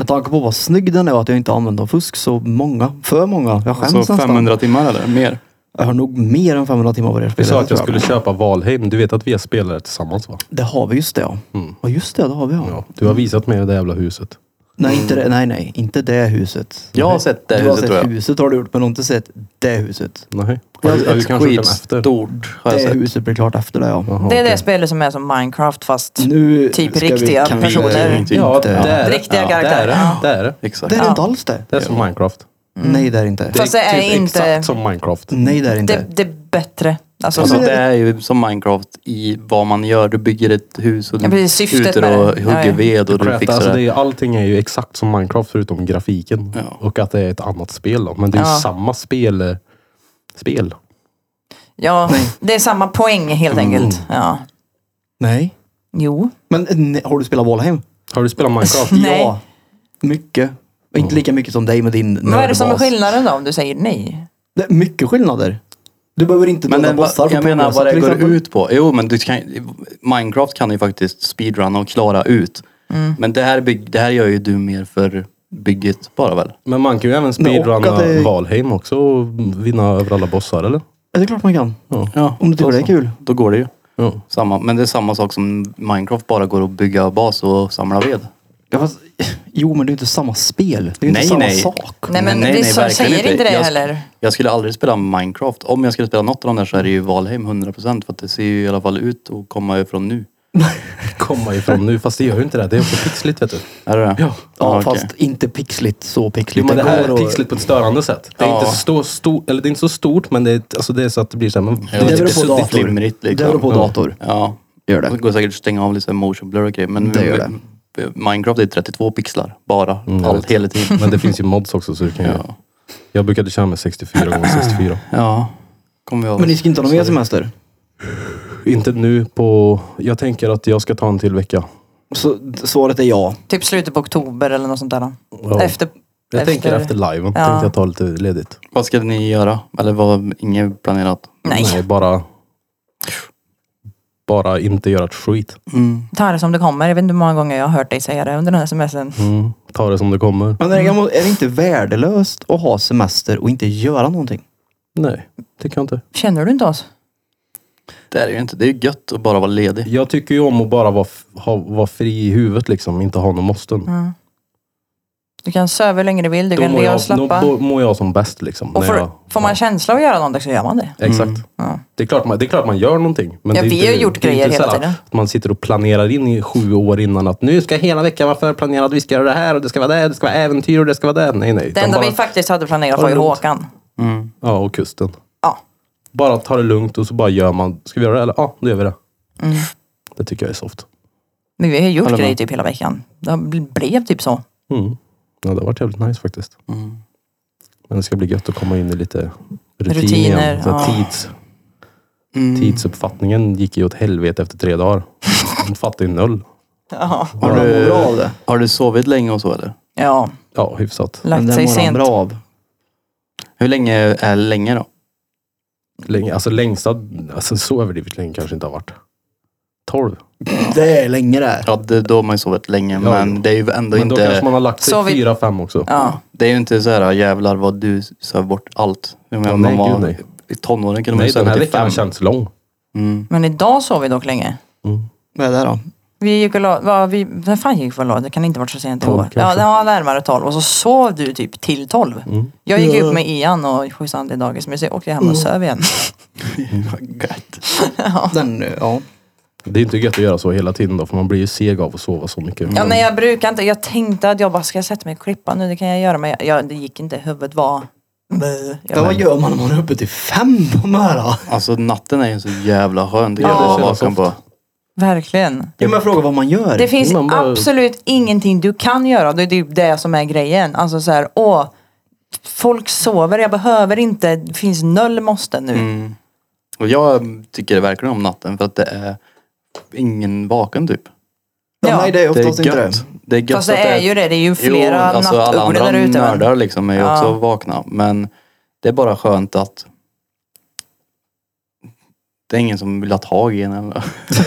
Med tanke på vad snygg den är och att jag inte använder fusk så många. För många. Jag skäms Alltså nästan. 500 timmar eller mer? Jag har nog mer än 500 timmar på det här Vi spelet. sa att jag tror skulle köpa Valheim. Du vet att vi har spelat tillsammans va? Det har vi, just det ja. Ja just det har vi ja. Ja. Du har visat mig det jävla huset. Nej, inte det, nej, inte det huset. Jag har sett det Du har huset sett tror jag. huset har du gjort, men du har inte sett det huset. Nej. Det Har är du ett kanske gjort den efter? skitstort har jag Det sett. huset blir klart efter det ja. Jaha, Det är det okej. spelet som är som Minecraft fast Nu typ ska vi riktiga kanske- personer. Ja, det är det. Riktiga Ja, karaktärer. Det är det. Det är det. Exakt. Det är Ja. inte alls det. Det är som Minecraft. Nej det är inte. Fast det är typ inte- exakt som Minecraft. Nej det är inte. Det är bättre. Alltså, Alltså så, det är ju som Minecraft i vad man gör. Du bygger ett hus och Ja, du precis, syftet ute med och det. hugger Ja, ja. ved och du Crap, fixar alltså det. allting är ju exakt som Minecraft förutom grafiken. Ja. Och att det är ett annat spel då. Men det är ju Ja. samma spel. ja, det är samma poäng helt enkelt. Ja. Nej. Jo. Men har du spelat Valheim? Har du spelat Minecraft? Nej. Ja. Mycket. Inte lika mycket som dig med din Men vad är det som är nördbas. skillnaden då om du säger nej? Det är mycket skillnader. Du behöver inte Men döda bossar på jag menar progress, vad det till går exempel. ut på. Jo men du kan, Minecraft kan ju faktiskt speedrunna och klara ut. Men det här gör ju du mer för bygget bara väl? Men man kan ju även och speedrunna att det- Valheim också och vinna över alla bossar eller? Ja, det är klart man kan. Ja, Om du tycker då det är så. kul. Då går det ju. Ja. Men det är samma sak som Minecraft bara går att bygga bas och samla ved. Ja, fast, jo men det är inte samma spel. Det är inte Nej, samma nej. sak. Nej men Nej, vissa verkligen säger inte det Jag- heller. Jag skulle aldrig spela Minecraft. Om jag skulle spela något av de där så är det ju Valheim 100%. För att det ser ju i alla fall ut att komma ifrån nu. Komma ifrån nu, fast det gör ju inte det. Det är också pixligt vet du. Är det det? Ja, okej. fast inte pixligt så Jo, pixligt. men det här går är att- pixligt på ett störande sätt. Det är Ja. inte eller det är inte så stort, men det är, alltså det är så att det blir så här, men, Ja, Det lite beror på suddigt, dator. flimrigt Det liksom. beror på dator. Ja. Gör det. Det går säkert att stänga av lite motion blur och grejer. Men Det gör Minecraft är 32 pixlar. Bara. jag Allt vet. hela tiden. men det finns ju mods också så du kan ju... Ja. Jag brukade köra med 64x64. Ja. Kommer jag Men ni ska inte ha någon mer semester? Inte nu på... Jag tänker att jag ska ta en till vecka. Så svaret är ja. Typ slutet på oktober eller något sånt där. Ja. Efter Jag tänker efter liven. Ja. Tänkte jag ta lite ledigt. Vad ska ni göra? Eller var inget planerat? Nej. Bara inte göra ett skit. Ta det som det kommer. Jag vet inte hur många gånger jag har hört dig säga det under den här semestern. Ta det som det kommer. Men är det inte värdelöst att ha semester och inte göra någonting? Nej, tycker jag inte. Känner du inte oss? Det är det ju inte. Det är ju gött att bara vara ledig. Jag tycker ju om att bara vara fri i huvudet liksom. Inte ha någon måsten. Du kan söva hur länge du vill. Du Då kan mår ligga och jag, slappa. då mår jag som bäst liksom. Och när jag, får man känsla av att göra någonting så gör man det. Exakt. Ja. Det är klart man gör någonting. Men Ja, det är vi inte, har gjort det är grejer inte så hela här tiden. Att man sitter och planerar in i 7 år innan att nu ska hela veckan vara förplanerad. Vi ska göra det här och det ska vara det. Det ska vara äventyr och det ska vara det. Nej. Det Utan enda bara, vi faktiskt hade planerat var ju lugnt. Håkan. Ja, och kusten. Ja. Bara ta det lugnt och så bara gör man. Ska vi göra det? Eller ja, då gör vi det. Det tycker jag är soft. Men vi har gjort Håller med. grejer typ hela veckan. Det blev typ så. Ja, det har varit jävligt nice faktiskt. Men det ska bli gött att komma in i lite rutin Rutiner, igen. Så ja. Tidsuppfattningen gick ju åt helvete efter 3 dagar. De fattar ju 0. Ja. Har du bra av det? Har du sovit länge och så eller? Ja, Ja, hyfsat. Men lagt det sig mår han sent. bra av. Hur länge är länge då? Länge, alltså längsta, alltså så överdrivet länge kanske inte har varit. 12. Det är länge det. Ja, då har man ju sovit länge. Men det är ju ändå Men då kanske inte... man har lagt sig Så vi- 4-5 också. Ja. Det är ju inte så här jävlar vad du söv bort allt. Jag menar, nej, man var, gud, nej. I tonåren kunde man Nej, ju den söva här till veckan har 5. känts lång. Men idag sov vi dock länge. Vad är det då? Vi gick och när fan gick vi och la? Det kan inte varit så sent i 12 år. Ja, kanske. det var närmare 12. Och så sov du typ till 12. Jag gick upp med Ian och skjutsade till dagis. Men så åkte jag hem och söv igen. Gött. Den, ja. Det är inte gött att göra så hela tiden då, för man blir ju seg av att sova så mycket. Ja, nej, jag brukar inte. Jag tänkte att jag bara ska sätta mig och klippa nu. Det kan jag göra. Men det gick inte. Huvudet var... Ja, vad gör man om man är uppe till 5 på morgonen? Alltså natten är ju så jävla skön. Det Ja, är det jag känns vaken på. Verkligen. Ja, men fråga vad man gör. Det finns Man bara- absolut ingenting du kan göra. Det är typ det som är grejen. Alltså så här, folk sover. Jag behöver inte. Det finns 0 måste nu. Och jag tycker verkligen om natten för att det är ingen vaken typ. Ja, nej, det är Det oftast är inte det. gött. Det är gött Fast det att är ju det. Det är ju flera alltså alla nattugglor andra där ute. men- nördar liksom är ju Ja. också vakna. Men det är bara skönt att Det är ingen som vill ha tag i en eller?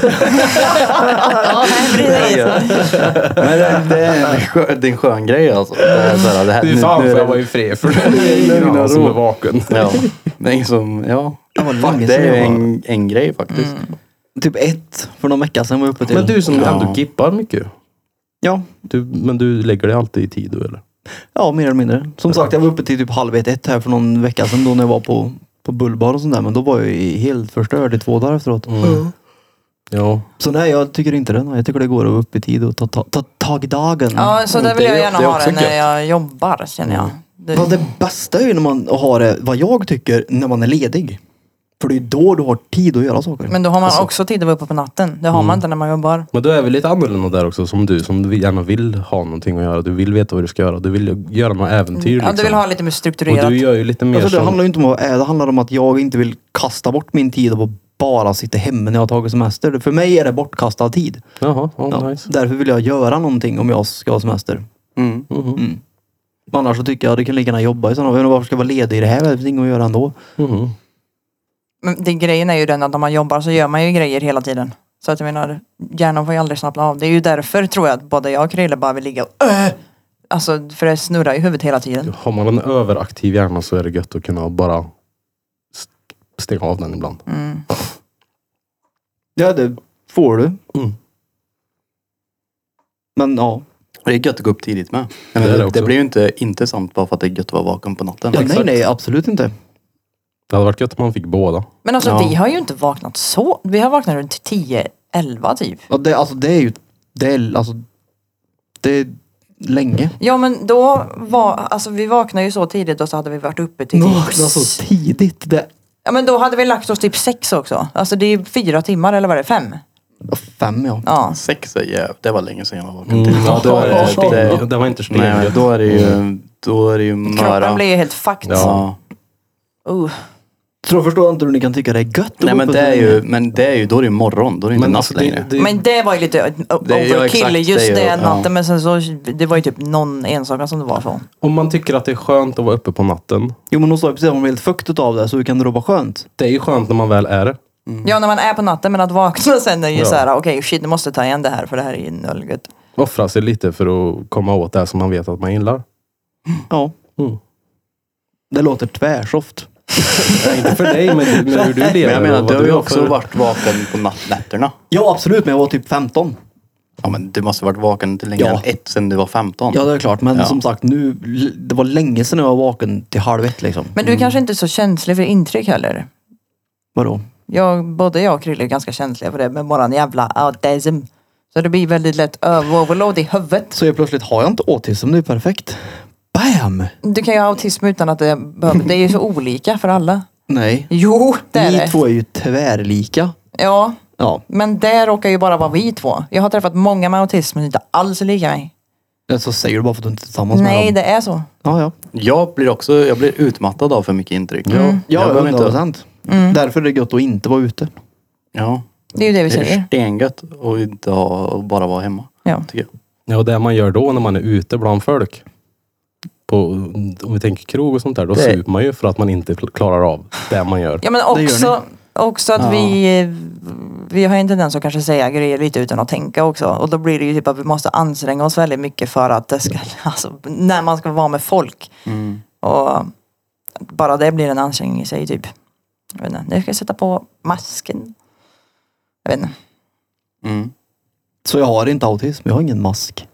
Ja, precis. Men det är en skön grej alltså. Det är så här, Det är fan för jag var ju fred för det är ingen som är vaken. Ja, det är ingen som, länge det sedan är jag var- en grej faktiskt. Typ 1 för någon vecka sedan var jag uppe till. Men du som Ja. ändå gippar mycket. Ja. Men du lägger dig alltid i tid då, eller? Ja, mer eller mindre. Som sagt, jag var uppe till typ 1:30 här för någon vecka sedan då när jag var på bullbar och sånt där. Men då var jag ju helt förstörd i 2 dagar efteråt. Ja. Så nej, jag tycker inte det. Jag tycker det går att vara uppe i tid och ta tag i dagen. Ja, så det vill Det är jag gärna det är ha också det när gött. jag jobbar, känner jag. Ja, det bästa är ju när man har det, vad jag tycker, när man är ledig. För det är då du har tid att göra saker. Men då har man också tid att vara uppe på natten. Det har man inte när man jobbar. Men då är vi lite annorlunda där också, som du gärna vill ha någonting att göra. Du vill veta vad du ska göra. Du vill göra några äventyr liksom. Ja, du vill ha lite mer Och strukturerat. du gör ju lite mer Alltså, det som... handlar ju inte om det handlar om att jag inte vill kasta bort min tid och bara sitta hemma när jag har tagit semester. För mig är det bortkastad tid. Jaha, Ja, nice. därför vill jag göra någonting om jag ska ha semester. Mm. Annars så tycker jag att det kan lika gärna jobba i sådana. Jag vet inte varför ska jag vara ledig i det här? Det finns inget att göra ändå. Men det, grejen är ju den att när man jobbar så gör man ju grejer hela tiden. Så att jag menar, hjärnan får ju aldrig slappna av. Det är ju därför tror jag att både jag och Krille bara vill ligga och alltså, för det snurrar i huvudet hela tiden. Har man en överaktiv hjärna så är det gött att kunna bara stänga av den ibland. Ja, det får du. Mm. Men ja. Det är gött att gå upp tidigt med. Det är det Det också. blir ju inte intressant bara för att det är gött att vara vaken på natten. Ja, nej, absolut inte. Det hade varit gött om man fick båda. Men alltså Ja. vi har ju inte vaknat så. Vi har vaknat runt 10-11 typ. Ja, det är ju, det är länge. Ja men då var, alltså vi vaknade ju så tidigt och så hade vi varit uppe till Vakna så tidigt. Ja men då hade vi lagt oss typ 6 också. Alltså det är 4 timmar eller vad är det? 5? 5 ja. Ja. 6 är det var länge sedan jag var vaken till. Ja, Då är det var inte så nej, gött. då är det ju möra. Kroppen blir ju helt fucked. Ja. Så förstår jag inte hur ni kan tycka det är gött. att Nej gå men upp det är så ju, då är det ju morgon. Då är det inte natt alltså, längre. Men det var ju lite overkill exakt, just det är ju- det natten. ja. Men sen så, det var ju typ någon enstaka som det var så. Om man tycker att det är skönt att vara uppe på natten. Jo men hon sa ju precis att hon vill helt fuktigt av det så hur kan det då vara skönt? Det är ju skönt när man väl är det. Ja när man är på natten men att vakna sen är ju Ja. så här: okej shit du måste ta igen det här för det här är ju nöllgött. Offra sig lite för att komma åt det som man vet att man gillar. Ja. Mm. Det låter tvärsoft. Nej, inte för dig, men hur du lever. Men jag menar, och du vad har ju har också för- varit vaken på nätterna. Ja absolut, men jag var typ 15. Ja men du måste ha varit vaken till längre Ja. än 1 sen du var 15. Ja det är klart, men Ja. som sagt nu, det var länge sedan jag var vaken till 1:30 liksom. Men du är kanske inte så känslig för intryck heller. Vadå? Både jag och Krille är ganska känsliga för det med våran jävla autism. Så det blir väldigt lätt overload i huvudet. Så jag plötsligt har jag inte autism, det är perfekt. Bam! Du kan ju ha autism utan att det är ju så olika för alla. Nej. Jo, det är Ni det. två är ju tvärlika. Ja, Ja. men det råkar ju bara vara vi två. Jag har träffat många med autism som inte alls är lika mig. Så säger du bara för att du inte är tillsammans med Nej, dem. det är så. Ja. Jag blir utmattad av för mycket intryck. Ja, jag behöver 100%. Därför är det gött att inte vara ute. Ja. Det är ju det vi Det är säger. stengött att inte och bara vara hemma. Ja. Tycker jag. Ja, och det man gör då när man är ute bland folk. Om vi tänker krog och sånt där, då Det- super man ju för att man inte klarar av det man gör. Ja men Det gör också att vi har en tendens att kanske säga grejer lite utan att tänka också. Och då blir det ju typ att vi måste anstränga oss väldigt mycket för att det ska, alltså när man ska vara med folk. Och bara det blir en ansträngning i sig typ. Jag vet inte, nu ska jag sätta på masken. Jag vet inte. Så jag har inte autism, jag har ingen mask.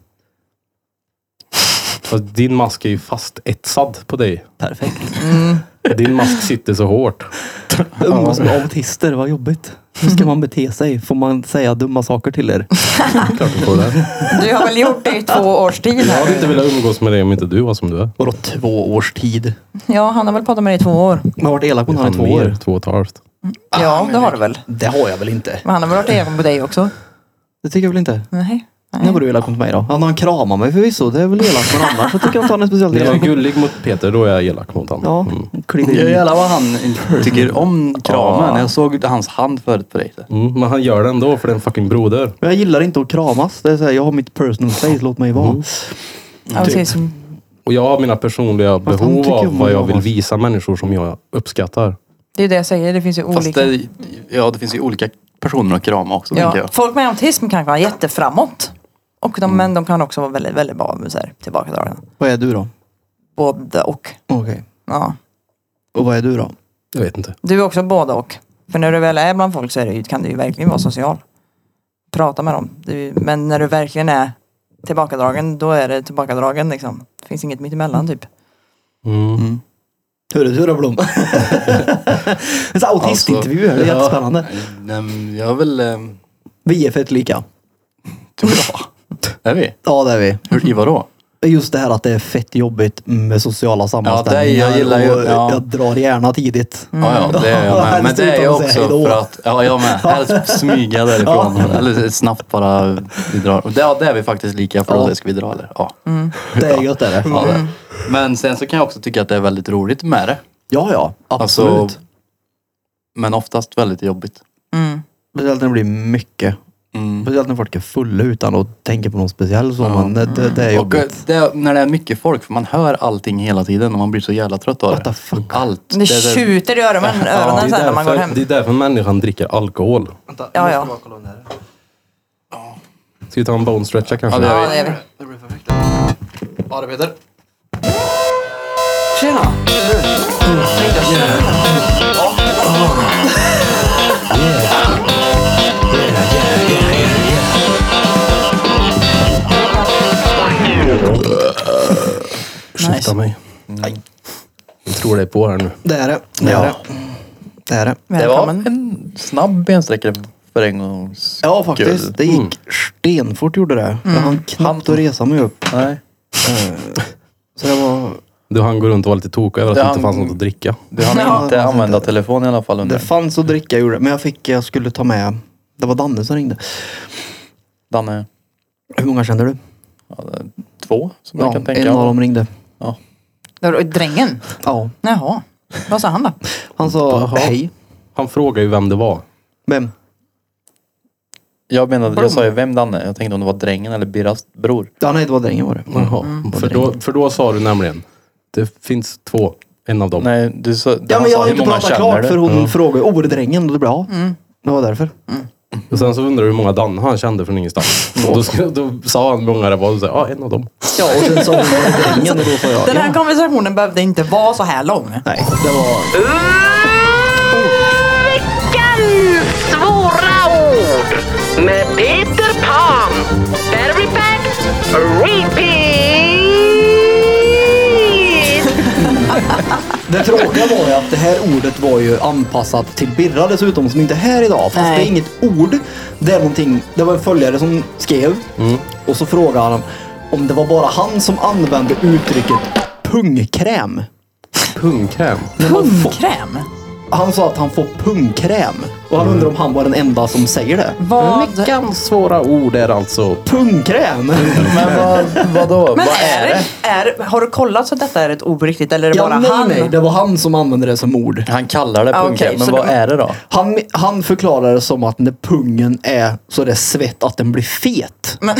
Alltså, din mask är ju fast etsad på dig. Perfekt. Din mask sitter så hårt. Umgås med autister, vad jobbigt. Hur ska man bete sig? Får man säga dumma saker till er? Klart du får det. Du har väl gjort det i 2 års tid Jag hade här? inte velat umgås med dig om inte du var som du är. Vadå 2 års tid? Ja, han har väl pratat med dig i 2 år. Jag har varit elak mot honom i 2 mer, år. 2,5. Ja, det har du väl. Det har jag väl inte. Men han har väl varit elak på dig också? Det tycker jag väl inte. Nej. När var du elak mot mig då? Han kramar mig förvisso, det är väl elak, men annars så tycker jag inte han är speciellt När jag är elak. gullig mot Peter, då är jag elak mot honom. Ja, kliver in. Jävlar vad han tycker om kramen. Jag såg hans hand förut på dig. Men han gör det ändå för det är en fucking broder. Men jag gillar inte att kramas. Det är så här, jag har mitt personal space, låt mig vara. Autism. Och jag har mina personliga Fast han behov tycker av om vad att jag vill vara- visa människor som jag uppskattar. Det är det jag säger, det finns ju olika. Det finns ju olika personer att krama också, tänker jag. Folk med autism kan vara jätteframåt. Och men de kan också vara väldigt, väldigt bra med så här tillbakadragna. Vad är du då? Både och. Okej. Ja. Och vad är du då? Jag vet inte. Du är också både och. För när du väl är bland folk så är det, kan du ju verkligen vara social. Prata med dem. Men när du verkligen är tillbakadragen, då är det tillbakadragen liksom. Det finns inget mitt emellan typ. Hur är det då, Blom? En sån autistintervju, det är jättespännande. Jag är väl... Vi är fett lika. Är vi? Ja, det är vi. I vadå? Just det här att det är fett jobbigt med sociala sammanställningar. Ja, jag gillar ju... Och jag drar gärna tidigt. Ja, det är jag med. Men det är jag också för att... Ja, jag med. Helst smyga därifrån. Eller snabbt bara vi drar. Det är vi faktiskt lika för det ska vi dra, eller? Ja. Det är gött, är det. Ja, det. Men sen så kan jag också tycka att det är väldigt roligt med det. Ja, absolut. Alltså, men oftast väldigt jobbigt. Speciellt när det blir mycket. Speciellt när folk är fulla utan att tänka på något speciellt. Så men det är jobbigt. Och när det är mycket folk, för man hör allting hela tiden och man blir så jävla trött av det. What the fuck? Allt. Det tjuter i öronen sen när man går hem. Det är därför människan dricker alkohol. Vänta, Ja. Ska vi ta en bone stretcher kanske? Ja, det är vi. Det blir perfekt. Ja, det Peter. Tjena. Ursäkta mig. Nej. Jag tror det är på här nu. Det är det. Det är det. Det var en snabb bensträckare för en gångs Ja, faktiskt. Det gick stenfort, gjorde det. Jag hann knappt att resa mig upp. Nej. Så det var... Han går runt och var lite tokig över att det inte fanns något att dricka. Du hann inte använda telefon i alla fall under. Det fanns att dricka, gjorde det. Men jag skulle ta med... Det var Danne som ringde. Danne? Hur många känner du? Ja, 2 som jag kan tänka. En av dem ringde. Ja. Drängen? Ja. Jaha. Vad sa han då? Han sa hej. Han frågade ju vem det var. Vem? Jag sa ju vem Danne. Jag tänkte om det var drängen eller Birras bror. Ja, nej, det var drängen var det. Jaha. För då sa du nämligen. Det finns 2. En av dem. Nej, du sa... Ja, men jag har inte pratat klart för hon frågade drängen och det blev ja. Det var därför. Och sen så undrar hur många Dan han kände från ingenstans. Och då sa han hur många det var och sa en av dem. Ja, och sen sa hon drängen och då sa jag Den här konversationen behövde inte vara så här lång. Nej, det var... Veckans svåra ord med Peter Pan. Battery pack, repeat. Det tråkiga var ju att det här ordet var ju anpassat till Birra dessutom som inte är här idag. Fast Nej. det är inget ord. Det är någonting, det var en följare som skrev och så frågade han om det var bara han som använde uttrycket pungkräm. Pungkräm. Pungkräm? Han sa att han får pungkräm. Och han undrar om han var den enda som säger det. Veckans svåra ord är alltså Pungkräm? Men vadå? Men Vad är det? har du kollat så att detta är ett ord på riktigt? Eller är det bara han? Nej, det var han som använde det som ord. Han kallar det pungkräm, okej, men så vad det- är det då? Han förklarar det som att när pungen är så det är svett att den blir fet. Men,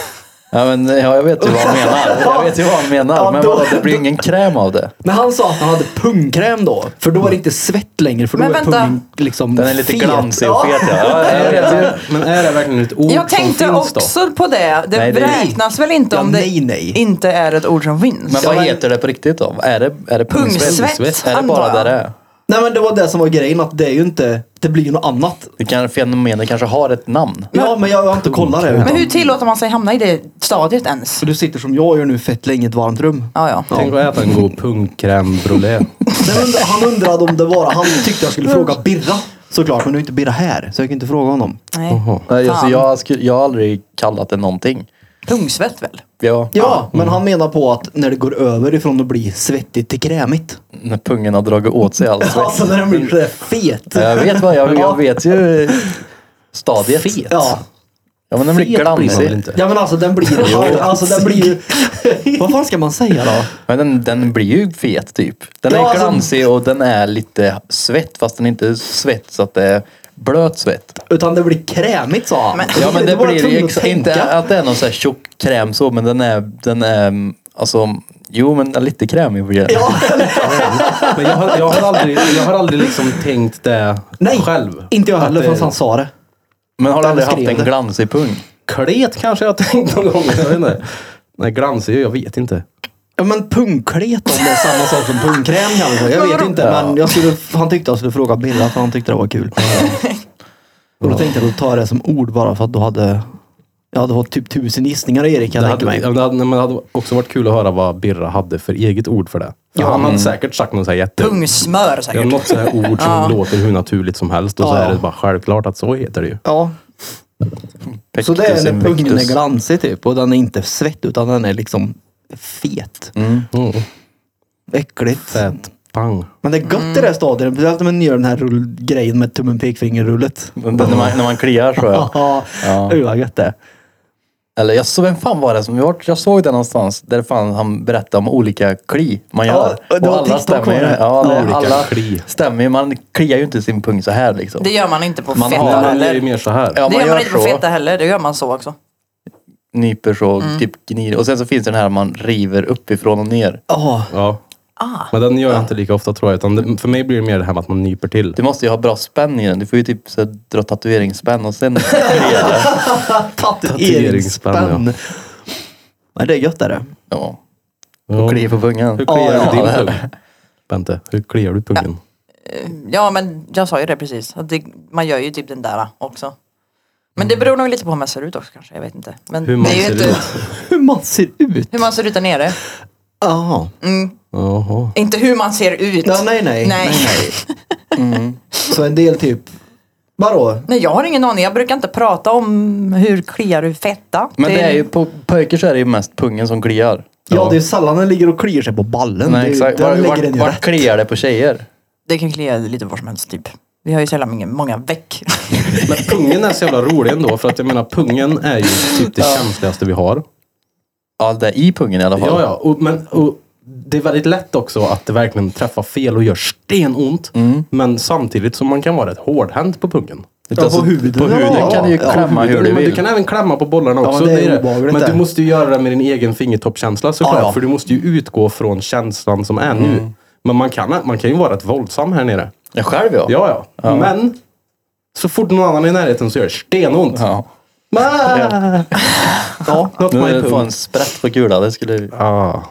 Jag vet ju vad han menar. Ja, Men då- vadå, det blir ingen kräm av det. Men han sa att han hade pungkräm då. För då är det inte svett längre. För då Men är vänta. pungen liksom Den är lite fet. glansig och fet. Ja, jag vet ju. Men är det verkligen ett ord jag tänkte som finns då? också på det. Det Nej, det är- räknas väl inte Ja, om det nej. inte är ett ord som finns? Men vad heter det på riktigt då? Är det Pungsvett, Är det bara antar jag. där det är? Nej, men det var det som var grejen. Att det är ju inte... Det blir ju något annat. Fenomenet kanske har ett namn. Ja, men jag har inte kollat det. Men Utan, hur tillåter man sig hamna i det stadiet ens? för du sitter som jag gör nu fett länge i ett varmt rum. Ja. Tänk att äta en god pungkräm-brûlée. Han undrade om det var... Han tyckte jag skulle fråga Birra. Såklart, men nu är inte Birra här. Så jag kan inte fråga honom. Nej. Nej, alltså, Fan. jag har aldrig kallat det någonting. Pungsvett väl? Ja, men han menar på att när det går över ifrån att bli svettigt till krämigt. När pungen har dragit åt sig allt svett. Alltså när den blir sådär fet. Ja, jag vet jag vet ju stadiet. Fet. Ja. Ja, men den blir Fet blir man väl glansig. inte? Ja, men alltså den blir... alltså den blir ju... Vad fan ska man säga då? Men den blir ju fet typ. Den Ja, är alltså- glansig och den är lite svett. Fast den är inte svett så att det är blöt svett. Utan det blir krämigt, sa han. Ja, men det var jag blir tvungen ju att inte tänka. att det är någon så här tjock kräm så. Men den är alltså Jo, men lite krämig på grejen. Ja, Men jag har aldrig liksom tänkt det själv. inte jag heller Att förrän han sa det. Men har du aldrig haft skrev en det. glansig pung? Klet kanske jag har tänkt någon gång. Jag vet inte. Nej, glansig, jag vet inte. Ja, men pungklet om det är samma sak som pungkräm kanske. Jag vet inte, men han tyckte jag skulle fråga Birra för han tyckte det var kul. Och då tänkte jag att ta det som ord bara för att då hade typ 1000 gissningar Erik. Det hade också varit kul att höra vad Birra hade för eget ord för det. Ja, han hade säkert sagt något så här Pungsmör säkert. något så här ord som låter hur naturligt som helst. Och så är det bara självklart att så heter det ju. Ja. Så det är när pungen är glansig typ. Och den är inte svett utan den är liksom fet. Äckligt. Fett. Pang. Men det är gött i det här stadiet. Speciellt när man gör den här grejen med tummen pekfingerrullet. När man kliar så Ja. Vad gött det är. Eller jag såg, vem fan var det som jag såg det någonstans där fan han berättade om olika kli man gör. Ja, det och var alla TikTok stämmer ju. var det. Ja, Olika alla kli. stämmer ju. Man kliar ju inte sin pung så här liksom. Det gör man inte på Man feta har- Det är ju heller. mer så här. Ja, Det gör man inte på så. feta heller. Det gör man så också. Nyper så, typ gnider. Och sen så finns det den här man river uppifrån och ner. Ja. Ja. Men den gör jag inte lika ofta tror jag. Utan för mig blir det mer det här med att man nyper till. Du måste ju ha bra spänn i den. Du får ju typ så här, dra tatueringsspänn och sen klia det. Tatueringsspänn. Men det är gött är det. Ja. Ja. Och klia på pungen. Hur kliar Ja, du din ja. pung? Bente, hur kliar du pungen? Ja, men jag sa ju det precis. Att man gör ju typ den där också. Men det beror nog lite på hur man ser ut också kanske. Jag vet inte. Men Hur man det är ju ser inte ut? Hur man ser ut. hur man ser ut där nere. Ja. Jaha. Inte hur man ser ut. Ja, nej. Så en del typ. Vadå? Nej, jag har ingen aning. Jag brukar inte prata om hur kliar du fetta. Men det är ju på pojkar så är det ju mest pungen som kliar. Ja, det är sällan den ligger och kliar sig på ballen. Nej, exakt. Den lägger den ju Vart rätt. kliar det på tjejer? Det kan klia lite var som helst typ. Vi har ju sällan många veck. Men pungen är så jävla rolig ändå. För att jag menar, pungen är ju typ det känsligaste vi har. Ja, det är i pungen i alla fall. Ja. Och det är väldigt lätt också att det verkligen träffar fel och gör stenont. Men samtidigt som man kan vara rätt hårdhänt på pungen. Ja, på huden. På huden Ja, kan du ju ja, klämma hur du Men du vill. kan även klämma på bollarna Ja, också. det är det. obehagligt Men det. du måste ju göra det med din egen fingertoppkänsla såklart. Ja, ja. För du måste ju utgå från känslan som är nu. Men man kan ju vara rätt våldsam här nere. Jag själv ja. Ja. Men så fort någon annan är i närheten så gör det stenont. Ja. Ja, något Nu på är en det få punkt. en sprätt på kula. Det skulle... Ja.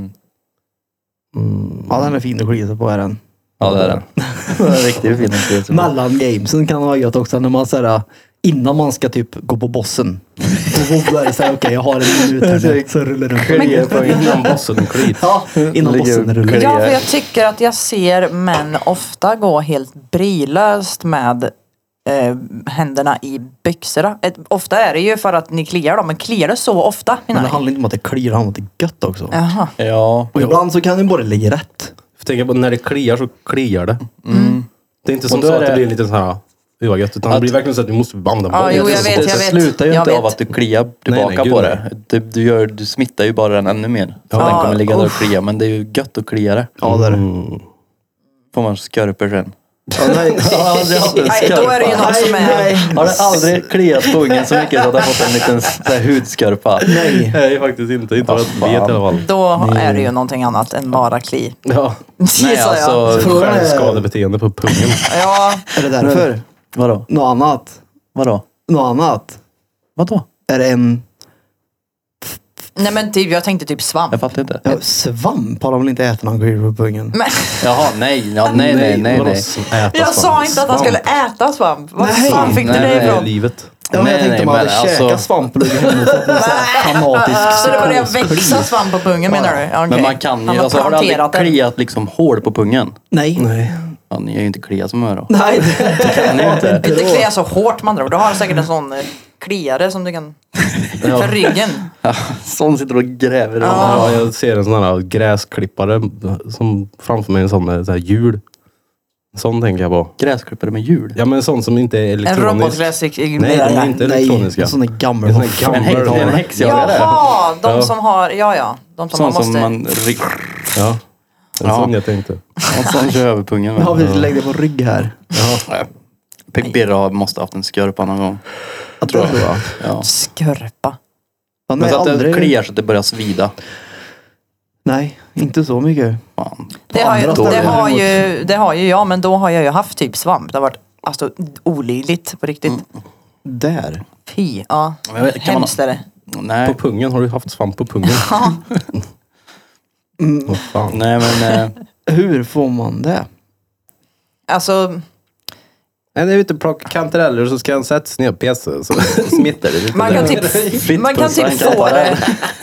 Ja, den är fin att klia sig på är den. Ja, det är den. Det är riktigt fin att klia sig på. Mellan gamesen kan det vara gött också när man säger innan man ska typ gå på bossen. Och då är det såhär, okej jag har en minut här nu, så rullar den. Innan bossen klit. Ja, innan Ligger bossen och rullar. kliar. Ja, för jag tycker att jag ser män ofta gå helt brilöst med händerna i byxorna. Ofta är det ju för att ni kliar dem, men kliar det så ofta? Men det handlar inte om att det kliar, det handlar om att det är gött också. Jaha. Ja. Och ibland så kan det bara ligga rätt. För tänk på när det kliar så kliar det. Det är inte som Och då så är att det det- blir en liten sån här vad gött, utan det blir verkligen så att du måste banda Ja, på. jo, jag vet. Det slutar ju Jag inte vet. av att du kliar tillbaka gud, på nej. det. Du smittar ju bara den ännu mer. För den kommer ligga där och klia. Men det är ju gött att klia det. Ja, det är det. Får man skörper sen. Ja, nej. Nej, då är det ju någon som är... Har det aldrig kliat på ungen så mycket så att det har fått en liten så här hudskörpa? Nej. Nej, faktiskt inte. Inte vad jag vet i alla fall. Då är det ju någonting annat än bara kli. Ja. Nej, Gissar jag. alltså... Frågan är, Självskadebeteende på pungen. Ja, är det därför? Vadå? Något annat? Vadå? Något annat? Vadå? Är det en nej men typ, jag tänkte typ svamp. Jag fattar inte. svamp? Har de väl inte ätit någon grill på pungen? Men Jaha, nej. Ja, nej. Vadå, äta jag sa svamp? inte att han skulle äta svamp. Vad Nej. fan fick du Nej, det nej, Det är ifrån? livet. Ja, men jag tänkte man hade men käkat svamp och ligger hemma och fått någon sån här fanatisk Så det börjar psykoskli. växa svamp på pungen menar du? Ja, okej. Men man kan ju... Han har Alltså, har du aldrig planterat den. kliat liksom hål på pungen? Nej. Nej. Ja, ni är ju inte kliat som jag då. Nej, det kan jag inte. Inte klia så hårt med andra ord. Du har säkert en sån kliare som du kan... för ryggen. Ja, sån sitter och gräver. Ja, jag ser en sån här gräsklippare som framför mig, en sån med så här hjul. Sån tänker jag på. Gräsklippare med hjul. Ja, men sån som inte är En elektronisk. robotgräs. Nej, de är inte Nej, elektroniska. en sån där gammal. En sån där gammal. En häxjagare. Jaha, de Ja. som har... Ja. De som Sån man måste... som man... Ja. En sån jag tänkte. En sån kör över pungen med. Ja, vi lägger det på rygg här. Birra måste ha haft en skörpa någon gång. Jag tror det var. Ja. Skörpa. Han Men är så att det aldrig... kliar så att det börjar svida. Nej, inte så mycket. Fan. Det har ju jag, men då har jag ju haft typ svamp. Det har varit alltså olidligt på riktigt. Där. Fy, ja. Men jag vet, kan man- Hemskt är det. Nej. På pungen, har du haft svamp på pungen? Vad fan. Nej men... Hur får man det? Alltså, Nej, det är ute och plocka kantareller och så ska han sätta sig ner och pesa så smittar det lite. man kan typ få det.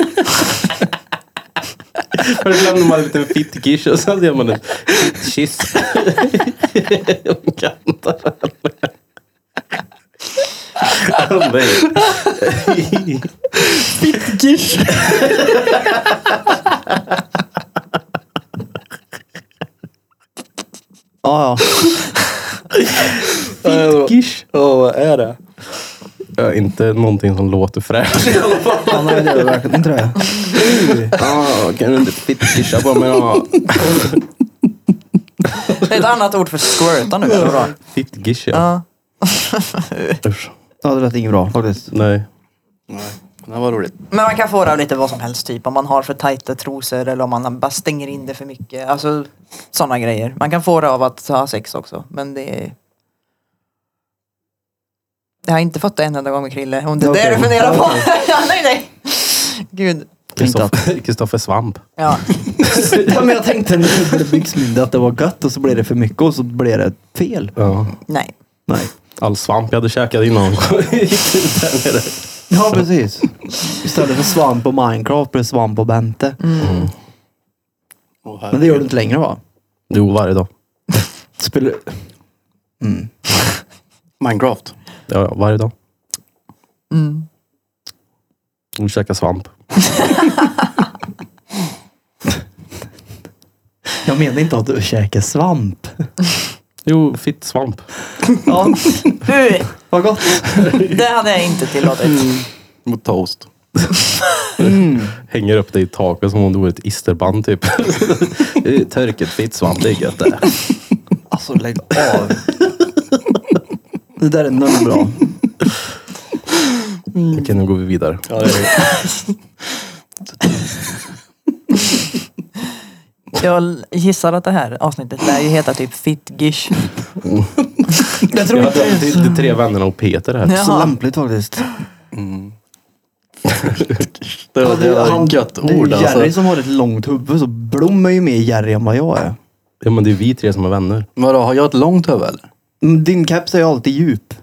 Först lämnar man en liten fittkiss och sen gör man en fittkiss. Fittkiss. Ja. Fittkiss. Vad är det? Ja, inte någonting som låter fräscht i alla fall. Ja, nej, det är det verkligen inte det. Kan du inte fittkissa på mig då? Det är ett annat ord för squirta nu. Eller vad? Fittkiss, ja. Ja. Usch. Ja, det lät inget bra faktiskt. Nej. Det var roligt. Men man kan få det av lite vad som helst typ. Om man har för tajta trosor eller om man bara stänger in det för mycket. Alltså sådana grejer. Man kan få det av att ha sex också. Men det är... Jag har inte fått det en enda gång med Krille. Om det är det du funderar på. Ja, nej. Gud. Kristoffer Svamp. Ja. Ja, men jag tänkte när det blev byxmyndig att det var gött och så blev det för mycket och så blev det fel. Ja. Nej. Nej. All svamp jag hade käkat innan gick ut där nere. Ja, precis. Istället för svamp på Minecraft blev svamp på Bente. Men det gör du inte längre, va? Jo, varje dag. Spelar... Minecraft. Ja, varje dag. Och käka svamp. Jag menar inte att du käkar svamp. Jo, fitt svamp. Ja, vad gott. Det hade jag inte tillåtit. Mot toast. Hänger upp dig i taket som om du vore ett isterband typ. Törket fitt svamp, det är gött det. Alltså lägg av. Det där är nog bra. Okej, nu går vi vidare. Ja, det är Jag gissar att det här avsnittet lär ju heta typ Fitgish. Jag tror Ja, inte det är 3 vännerna och Peter här. det är så Jaha. lämpligt faktiskt. det är gött Det är ord ju Jerry alltså. som har ett långt huvud, så Blom är ju mer Jerry än vad jag är. Ja, men det är vi 3 som är vänner. Vadå, har jag ett långt huvud eller? Din caps är ju alltid djup.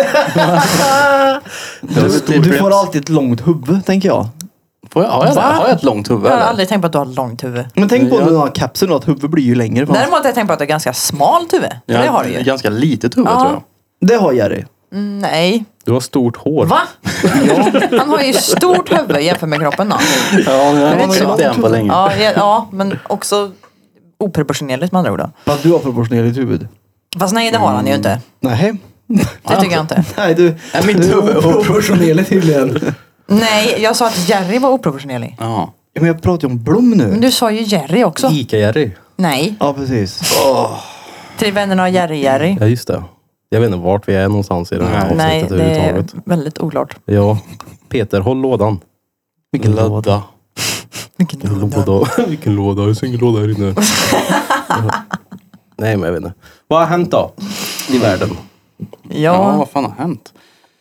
Du får alltid ett långt huvud, tänker jag. Har jag ett långt huvud Jag har eller? aldrig tänkt på att du har ett långt huvud. Men tänk på när du har capsen och att huvudet blir ju längre. Fan. Däremot har jag tänkt på att du har ganska smalt huvud. Jag Det har har du ju. ganska litet huvud Ja. tror jag. Det har Jerry. Nej. Du har stort hår. Va? Han har ju stort huvud jämfört med kroppen då. Ja, jag vet har så. inte det än på länge. Ja, men också oproportionerligt med andra ord då. Fast du har proportionerligt huvud. Fast nej, det har han ju inte. Nej. Det tycker jag inte. Nej, du. Mitt du huvud är oproportionerligt tydligen. Nej, jag sa att Jerry var oproportionerlig. Ja. Men jag pratar ju om Blom nu. Men du sa ju Jerry också. Ica-Jerry. Nej. Ja, precis. 3 vännerna och Jerry. Ja, just det. Jag vet inte vart vi är någonstans i den här Nej, avsnittet det är överhuvudtaget. väldigt oklart. Ja. Peter, håll lådan. Vilken låda. Ladda. Vilken låda? Vilken låda? Det är ingen låda här inne. Nej, men jag vet inte. Vad har hänt då? I världen? Ja, Ja, vad fan har hänt?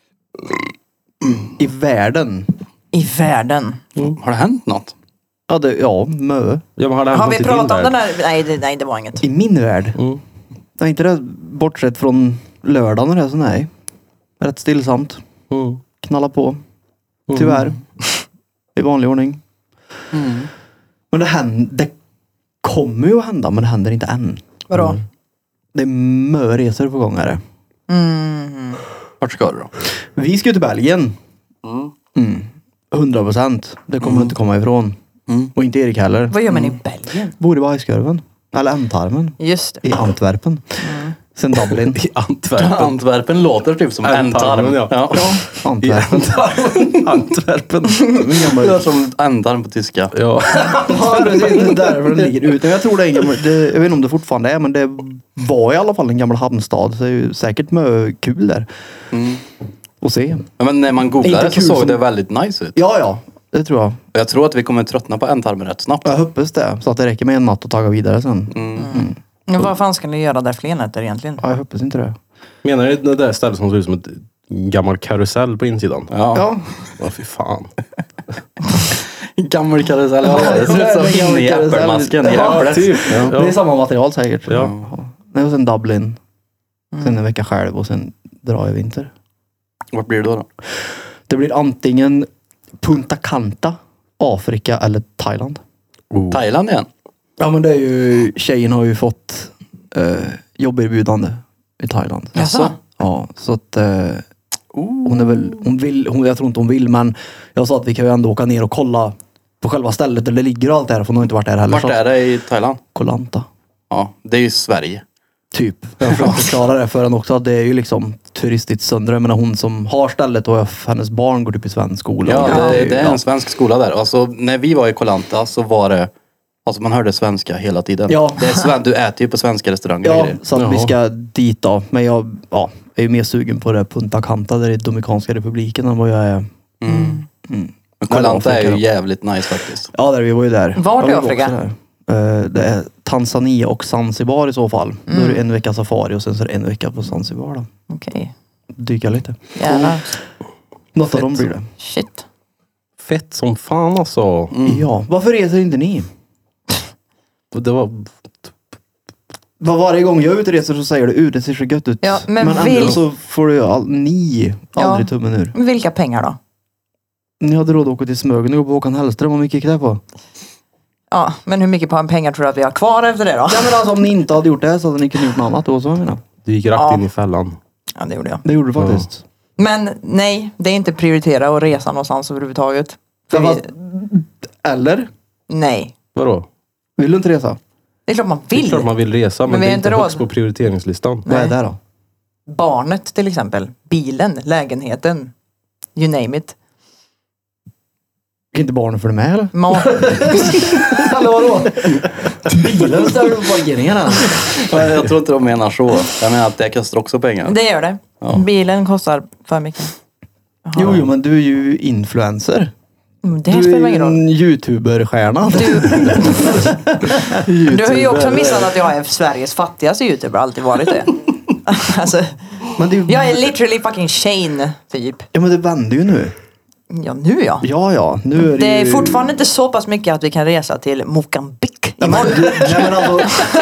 I världen. i världen. Har det hänt något? Ja, mö. Ja, men har det hänt Har något vi i din pratat om värld? den där? Nej, det var inget. I min värld. Mm. Det är inte det, bortsett från lördagen och det, så nej. Rätt stillsamt. Mm. Knalla på. Tyvärr. I vanlig ordning. Men det kommer ju att hända, men det händer inte än. Vadå? Det är resor på gång är det. Vart ska du då? Vi ska ju till Belgien. 100%. Det kommer du inte komma ifrån. Och inte Erik heller. Vad gör man i Belgien? Bor i bajskorven. Eller ändtarmen. Just det. I Antwerpen. Sen Dublin. I Antwerpen. Antwerpen låter typ som Ändtarmen, ändtarm. ja. Ja, Antwerpen. Antwerpen. Det låter som ändtarm på tyska. Ja. Ja, precis. Det är därför den ligger ute. Jag tror det är en gammal, jag vet inte om det fortfarande är, men det var i alla fall en gammal hamnstad. Så det är ju säkert mycket kul där. Och se. Ja, men när man Inte googlade så kul såg som- det väldigt nice ut. Ja. Det tror jag. Jag tror att vi kommer tröttna på ändtarmen rätt snabbt. Jag hoppas det. Så att det räcker med en natt och taga vidare sen. Men vad fan ska ni göra där fler nätter egentligen? Ja, jag hoppas inte det. Menar ni det där stället som ser ut som ett gammal karusell på insidan? Ja. Ja, fy fan. Gammal karusell. Ja, det ser ut som inne i äppelmasken i äpplet. typ. Ja. Det är samma material säkert. Ja. Nej, och sen Dublin. Sen en vecka själv och sen drar jag vinter. Vart blir det då? Det blir antingen Punta Cana, Afrika eller Thailand. Thailand igen? Ja, men det är ju, tjejen har ju fått jobberbjudande i Thailand. Jaså? Ja, så att hon är väl, jag tror inte hon vill, men jag sa att vi kan ju ändå åka ner och kolla på själva stället där det ligger och allt det här, för hon har inte varit där heller. Vart är det i Thailand? Koh Lanta. Ja, det är ju Sverige. Typ. Jag försöker förklara det för henne också, att det är ju liksom turistigt sönder. Jag menar, hon som har stället och hennes barn går typ i svensk skola. Ja, det är en svensk skola där. Alltså, när vi var i Koh Lanta så var det, alltså man hörde svenska hela tiden. Ja. Det är du äter ju på svenska restauranger. Ja, och grejer. så att vi Jaha. ska dit då. Men jag är ju mer sugen på det Punta Cana där i Dominikanska republiken än vad jag är. Men Koh Lanta är ju jävligt nice faktiskt. Ja, vi var ju där. Vart i Jag var Afrika? också där. Det är Tanzania och Zanzibar i så fall. Då är det en vecka safari och sen så är det en vecka på Zanzibar då. Okej. Dyka lite. Jävlar. Något av dem blir det. Shit. Fett som fan alltså. Ja, varför reser inte ni? Det var... Varje gång jag utreser så säger du det ser så gött ut. Ja, men ändå så får du aldrig Ja. tummen ur. Vilka pengar då? Ni hade råd att åka till Smögen och gå på Håkan Hellström. Vad mycket gick det på? Ja, men hur mycket pengar tror du att vi har kvar efter det då? Ja, men alltså om ni inte hade gjort det så hade ni kunnat gjort något annat då, så jag menar. Du gick rakt in i fällan. Ja, det gjorde jag. Det gjorde du faktiskt. Men nej, det är inte prioritera att resa någonstans överhuvudtaget. För Fast, eller? nej, Vadå? Vill du inte resa? det är klart man Det är vill. klart man vill resa, men vi det har är inte inte högst råd. på prioriteringslistan. Vad är det då? Barnet till exempel. Bilen, lägenheten. You name it. Är inte barnen för det med eller? Mat. Eller vadå? Bilen ställer du på parkeringen här. Men jag tror inte de menar så. Jag menar att det kostar också pengar. Det gör det. Bilen kostar för mycket. Jo, men du är ju influencer. Det Du spelar är ingen roll. en youtuber-stjärna. Du har ju också missat att jag är Sveriges fattigaste youtuber. Alltid varit det. Alltså, Men det är ju... jag är literally fucking Shane, typ. Ja, men det vänder ju nu. Ja, nu ja. Ja. Nu är Det är ju... fortfarande inte så pass mycket att vi kan resa till Mocambique Ja, men, imorgon. nej, men alltså,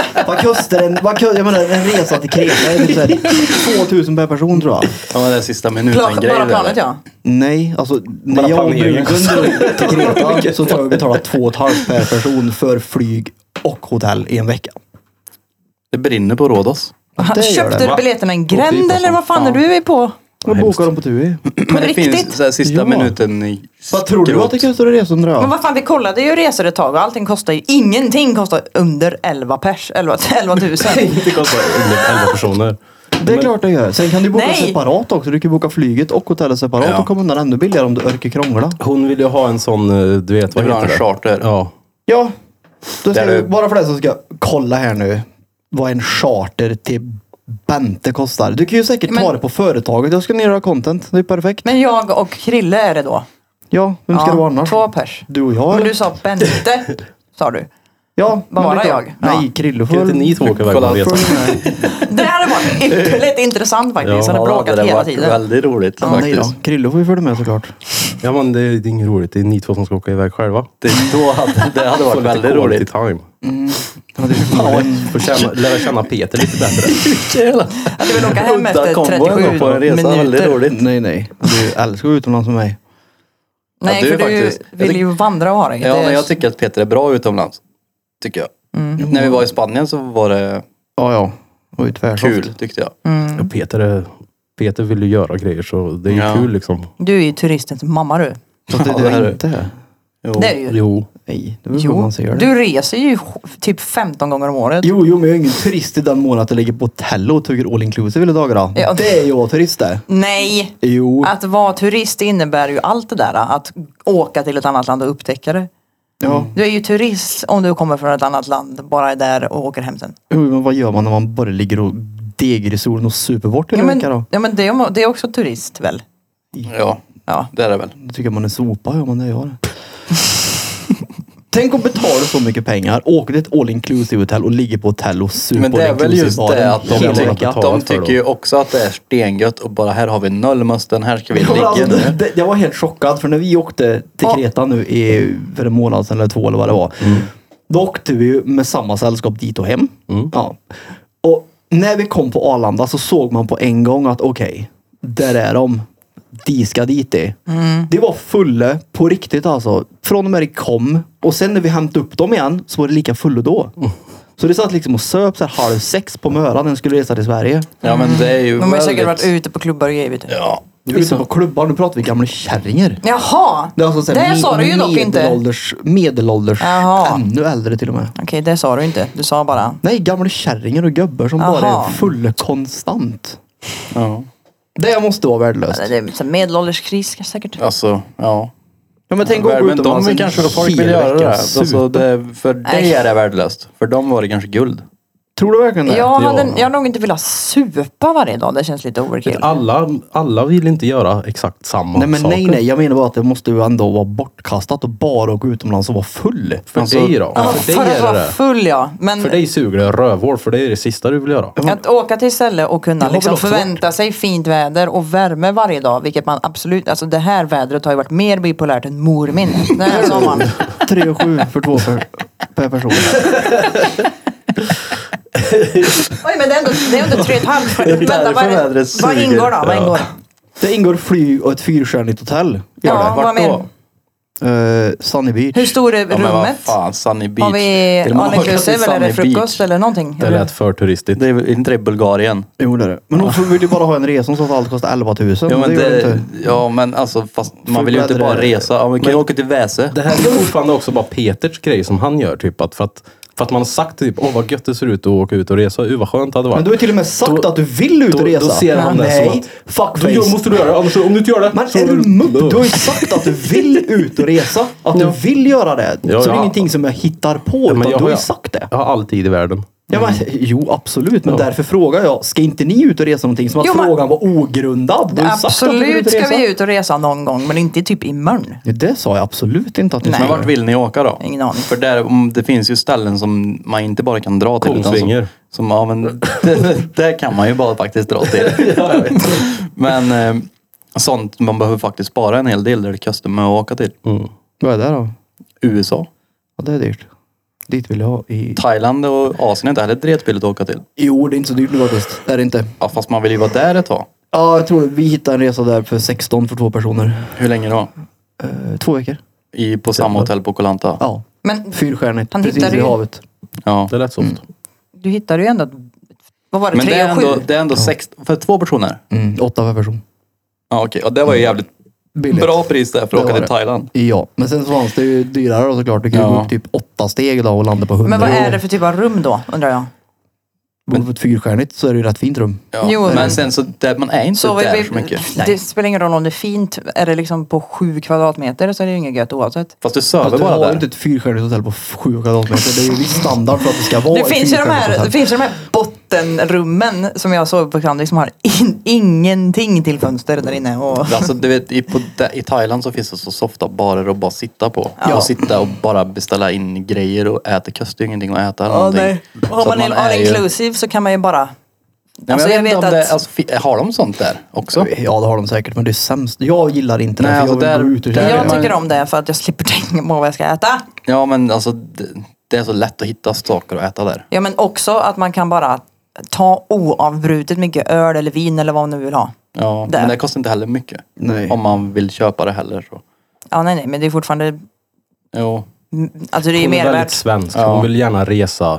jag menar, en resa till Kreta är typ så här 2000 per person tror jag. Ja, men det är sista minuten-grej. Bara planet ja. Nej, alltså när jag och planeringen. bruden till Kreta så tror jag vi betalar 2 500 per person för flyg och hotell i en vecka. Det brinner på Rhodos. Det gör Köpte det, du va? biljetterna en Dyrt gränd som eller vad fan är du på? Vad bokar de på TUI? Men det riktigt? finns så här, sista Ja. minuten i Vad tror du att det kostar att resa undrar Men jag? vad fan, vi kollade ju resor ett tag och allting kostar ju, ingenting kostar under 11 pers, 11 000. Det kostar under 11 personer. Det är klart det gör. Sen kan du boka Nej. separat också. Du kan boka flyget och hotellet separat Ja. och komma undan ännu billigare om du orkar krångla. Hon vill ju ha en sån, du vet Det vad blir en heter det? charter. Ja. Ja, då ska Där du, du- bara för det så ska jag kolla här nu vad en charter till Bente kostar. Du kan ju säkert ta Men- det på företaget. Jag ska ner och göra content. Det är perfekt. Men jag och Krille är det då. Ja, vem ska det vara annars? 2 pers. Du och jag Men eller? du sa Bente, sa du. Ja, men Bara det är klart. jag? Ja. Nej, Krille får Kan inte ni två åka iväg på en resa? Det hade varit ytterligt intressant faktiskt. Ja, Jag hade bråkat det hade hela varit tiden. väldigt roligt Ja, nej då. faktiskt. Krille får ju följa med såklart. Ja, men det är inget roligt. Det är ni två som ska åka iväg själva. Det hade varit väldigt roligt. time. Ja, det är Får lära känna Peter lite bättre. Jag vill åka hem Udda efter kombo ändå 37 på en resa, väldigt minuter. roligt. Nej. Du älskar att gå utomlands med mig. Nej, Ja, du för du faktiskt. Jag vill tyck- ju vandra och ha det. Ja, Det är- men jag tycker att Peter är bra utomlands. Tycker jag. När vi var i Spanien så var det Ja. Det var ju tvärsoft. kul tyckte jag. Ja, Peter vill ju göra grejer så det är ju Ja. kul liksom. Du är ju turistens mamma du. Fast det Ja, är det är det det. inte. Jo. Det är det ju. Jo. Nej, det är väl så man ser det. Du reser ju typ 15 gånger om året. Jo, men jag är ingen turist i den mån att jag ligger på hotell och tugger all inclusive hela dagarna. Ja. Det är jag turist det. Nej! Jo. Att vara turist innebär ju allt det där. Att åka till ett annat land och upptäcka det. Ja. Du är ju turist om du kommer från ett annat land, bara är där och åker hem sen. Jo, men vad gör man när man bara ligger och deger i solen och super bort hela veckan då? Ja, men det är också turist väl? Ja, Ja. det är det väl. Då tycker jag man är sopa, ja men det gör det. Tänk om betalar så mycket pengar, åker till ett all inclusive hotell och ligger på hotell och super. Men det är väl just det att de för tycker ju också att det är stengött och bara här har vi nollmusten, här ska vi Ja, ligga alltså, nu. jag var helt chockad för när vi åkte till Kreta nu för en månad sedan eller 2 eller vad det var. Då åkte vi ju med samma sällskap dit och hem. Ja. Och när vi kom på Arlanda så såg man på en gång att okej, där är de ska dit det. Det var fulla på riktigt alltså. Från och med det kom. Och sen när vi hämtade upp dem igen så var det lika fulla då. Så det satt liksom och söp så här 5:30 på morgonen när den skulle resa till Sverige. Ja men det är ju De har säkert varit ute på klubbar och grejer, vet du. Ja. Ute på klubbar, nu pratar vi gamla kärringar. Jaha, Det är alltså så här det sa du ju dock inte. Medelålders, Jaha. ännu äldre till och med. Okej, det sa du inte. Du sa bara. Nej, gamla kärringar och gubbar som bara Jaha. är fulla konstant. Ja. Det måste vara värdelöst. Det är så medelålderskris säkert. Alltså, ja. Ja, men tänk att gå Men utomlands de kanske då folk vill göra det. Alltså, för dig är det värdelöst. För dem var det kanske guld. Tror du verkligen det? Jag har nog inte velat supa varje dag. Det känns lite overkill. Alla vill inte göra exakt samma Nej, men saker. nej. Jag menar bara att det måste ju ändå vara bortkastat och bara gå utomlands och vara full. För dig då? Ja, För för dig att är det vara det. full, ja. Men För dig suger det rövhål, för det är det sista du vill göra. att åka till ställe och kunna har väl liksom också förvänta sig fint väder och värme varje dag. Vilket man absolut, alltså det här vädret har ju varit mer bipolärt än mor min. Den här sommaren. 3 och 7 för 2 per person. Oj, men det är ändå 3,5. Vänta, vad ingår då? Vad ingår? Det ingår flyg och ett 4-stjärnigt hotell. Ja, vad mer? Sunny Beach. Hur stor är Ja, men vad rummet? fan, Sunny Beach. Har vi Vill man all åka till inclusive eller är det Sunny frukost Beach? eller någonting? Det lät för turistigt. Det är inte det Bulgarien. Jo, det är det. Men hon vill ju bara ha en resa som så att allt kostar 11 000. Ja men, gör inte. ja, men alltså fast man vill ju inte bara resa. Ja, man kan ju åka till Väse. Det här är fortfarande också bara Peters grej som han gör. Typ, att för att man har sagt typ, vad gött det ser ut att åka ut och resa. Vad skönt det hade varit. Men du har till och med sagt att du vill ut och resa. Då ser han det Nej, som att... fuckface. Då måste du göra det, annars om du inte gör det... Men så är du mupp? Du har ju sagt att du vill ut och resa. Att du vill göra det. Ja, så det är ja. ingenting som jag hittar på. men Utan jag du har ju har- sagt det. Jag har all tid i världen. Ja, men, jo, absolut. Men Ja. därför frågar jag. Ska inte ni ut och resa någonting? Som att Jo, men- frågan var ogrundad. Du har ju sagt att du vill ut Absolut och ska resa. vi ut och resa någon gång, men inte typ imorgon. Ja, det sa jag absolut inte att ni Nej. Men skulle. vart vill ni åka då? Ingen aning. För det finns ju ställen som man inte bara kan dra till. Kongsvinger. Ja, men det kan man ju bara faktiskt dra till. Men sånt man behöver faktiskt spara en hel del där det kostar med att åka till. Vad är det då? USA. Ja, det är dyrt. Dit vill jag ha i... Thailand och Asien är inte heller dretbilligt att åka till. Jo, det är inte så dyrt nu faktiskt. Det är det inte. Ja, fast man vill ju vara där ett tag. Ja, jag tror vi hittade en resa där för 16 för 2 personer. Hur länge då? 2 veckor. På samma hotell på Koh Lanta? Ja. Men 4-stjärnigt. Han Precis hittade vid ju- havet. Ja. Det lät soft. du hittar ju ändå, vad var det, Men 3 och 7? det är ändå 6 för 2 personer? 8 per person. Ja, okej. Och det var ju jävligt Billigt. bra pris där för att Det åka var till det. Thailand. Ja, men sen så fanns det ju dyrare då såklart. Du kan ju Ja. gå upp typ 8 steg då och landa på 100. Men vad är det för typ av rum då, undrar jag? Men på ett 4-stjärnigt så är det ju rätt fint rum. Ja. Jo, men men- sen så, man är inte Så där så mycket. det spelar ingen roll om det är fint. Är det liksom på 7 kvadratmeter så är det ju inget gött oavsett. Fast du Fast söver du bara har ju där. inte ett 4-stjärnigt hotell på 7 kvadratmeter. Det är ju viss standard för att det ska vara Det ett finns ju de 4-stjärnigt här, det hotell. finns ju de här bottenrummen som jag såg på Kandvik som har ingenting till fönster där inne. Och... Alltså du vet, i Thailand så finns det så softa barer att bara sitta på. Ja. Och sitta och bara beställa in grejer och äta. Det kostar ju ingenting att äta eller någonting. Har Så man att en är all ju- inclusive så kan man ju bara... Nej, men Alltså, jag jag vet inte vet om att- det, alltså, har de sånt där också? Ja, det har de säkert. Men det är sämst. Jag gillar inte det. Nej, för alltså jag vill där- gå ut och där- käka. Jag man- tycker om det för att jag slipper tänka på vad jag ska äta. Ja men alltså det är så lätt att hitta saker att äta där. Ja, men också att man kan bara ta oavbrutet mycket öl eller vin eller vad man nu vill ha. Ja, Där. men det kostar inte heller mycket. Nej. Om man vill köpa det heller så. Ja, nej, men det är fortfarande... Jo, Alltså det är Hon är mer väldigt värt. svensk. Ja. Hon vill gärna resa.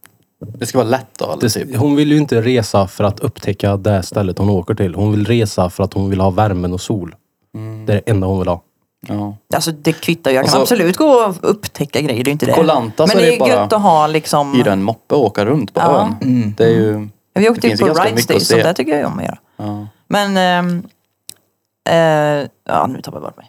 det ska vara lätt då eller typ. Hon vill ju inte resa för att upptäcka det stället hon åker till. Hon vill resa för att hon vill ha värmen och sol. Det är det enda hon vill ha. Ja. Alltså det kvittar. Jag kan Alltså- absolut gå och upptäcka grejer, det är inte det. Koh Lanta så men är det det är bara gött att ha liksom... hyra en moppe och åka runt på Ja. ön. Det är ju... Vi åkte det ju finns på ju ganska rides mycket day, att så se. det tycker jag om att göra. Ja. Men... ja, nu tappar jag bort mig.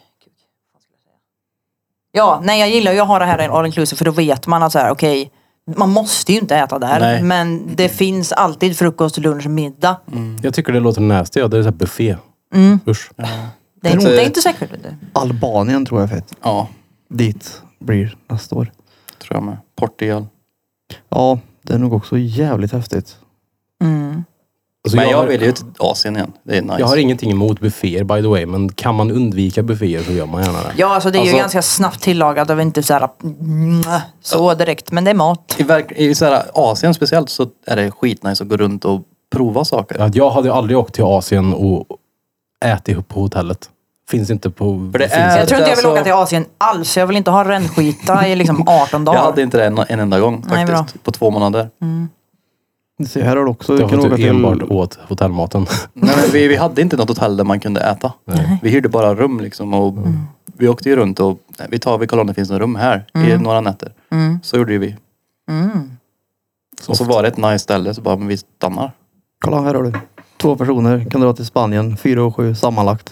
Ja, nej jag gillar ju att ha det här all inclusive för då vet man att så här, okej, man måste ju inte äta där. Nej. Men det finns alltid frukost, lunch och middag. Jag tycker det låter nasty. Ja, det är så här buffé. Usch. Det är inte säkert. Albanien tror jag är fett. Ja. dit blir nästa år. Tror jag med. Portugal. Ja, det är nog också jävligt häftigt. Alltså, Men jag vill ju till Asien igen. Det är nice. Jag har ingenting emot bufféer by the way, men kan man undvika bufféer så gör man gärna det. Ja, alltså det är ju Alltså- ganska snabbt tillagat och inte så här så direkt. Men det är mat. I så här, Asien speciellt så är det skitnice att gå runt och prova saker. Att jag hade aldrig åkt till Asien och ätit på hotellet. Finns inte på... För det finns är- Jag tror inte jag vill alltså- åka till Asien alls. Jag vill inte ha rännskita i liksom 18 dagar. Jag hade inte det en enda gång Nej, faktiskt. På 2 månader. Se, här har du också. Jag Du har kan åka fått till... enbart åt hotellmaten. Nej, men vi hade inte något hotell där man kunde äta. Vi hyrde bara rum liksom. Och vi åkte ju runt och vi kollade om det finns något rum här i några nätter. Så gjorde ju vi. Och så var det ett nice ställe så bara, men vi stannar. Kolla, här har du. 2 personer kan dra till Spanien. 4 och 7 sammanlagt.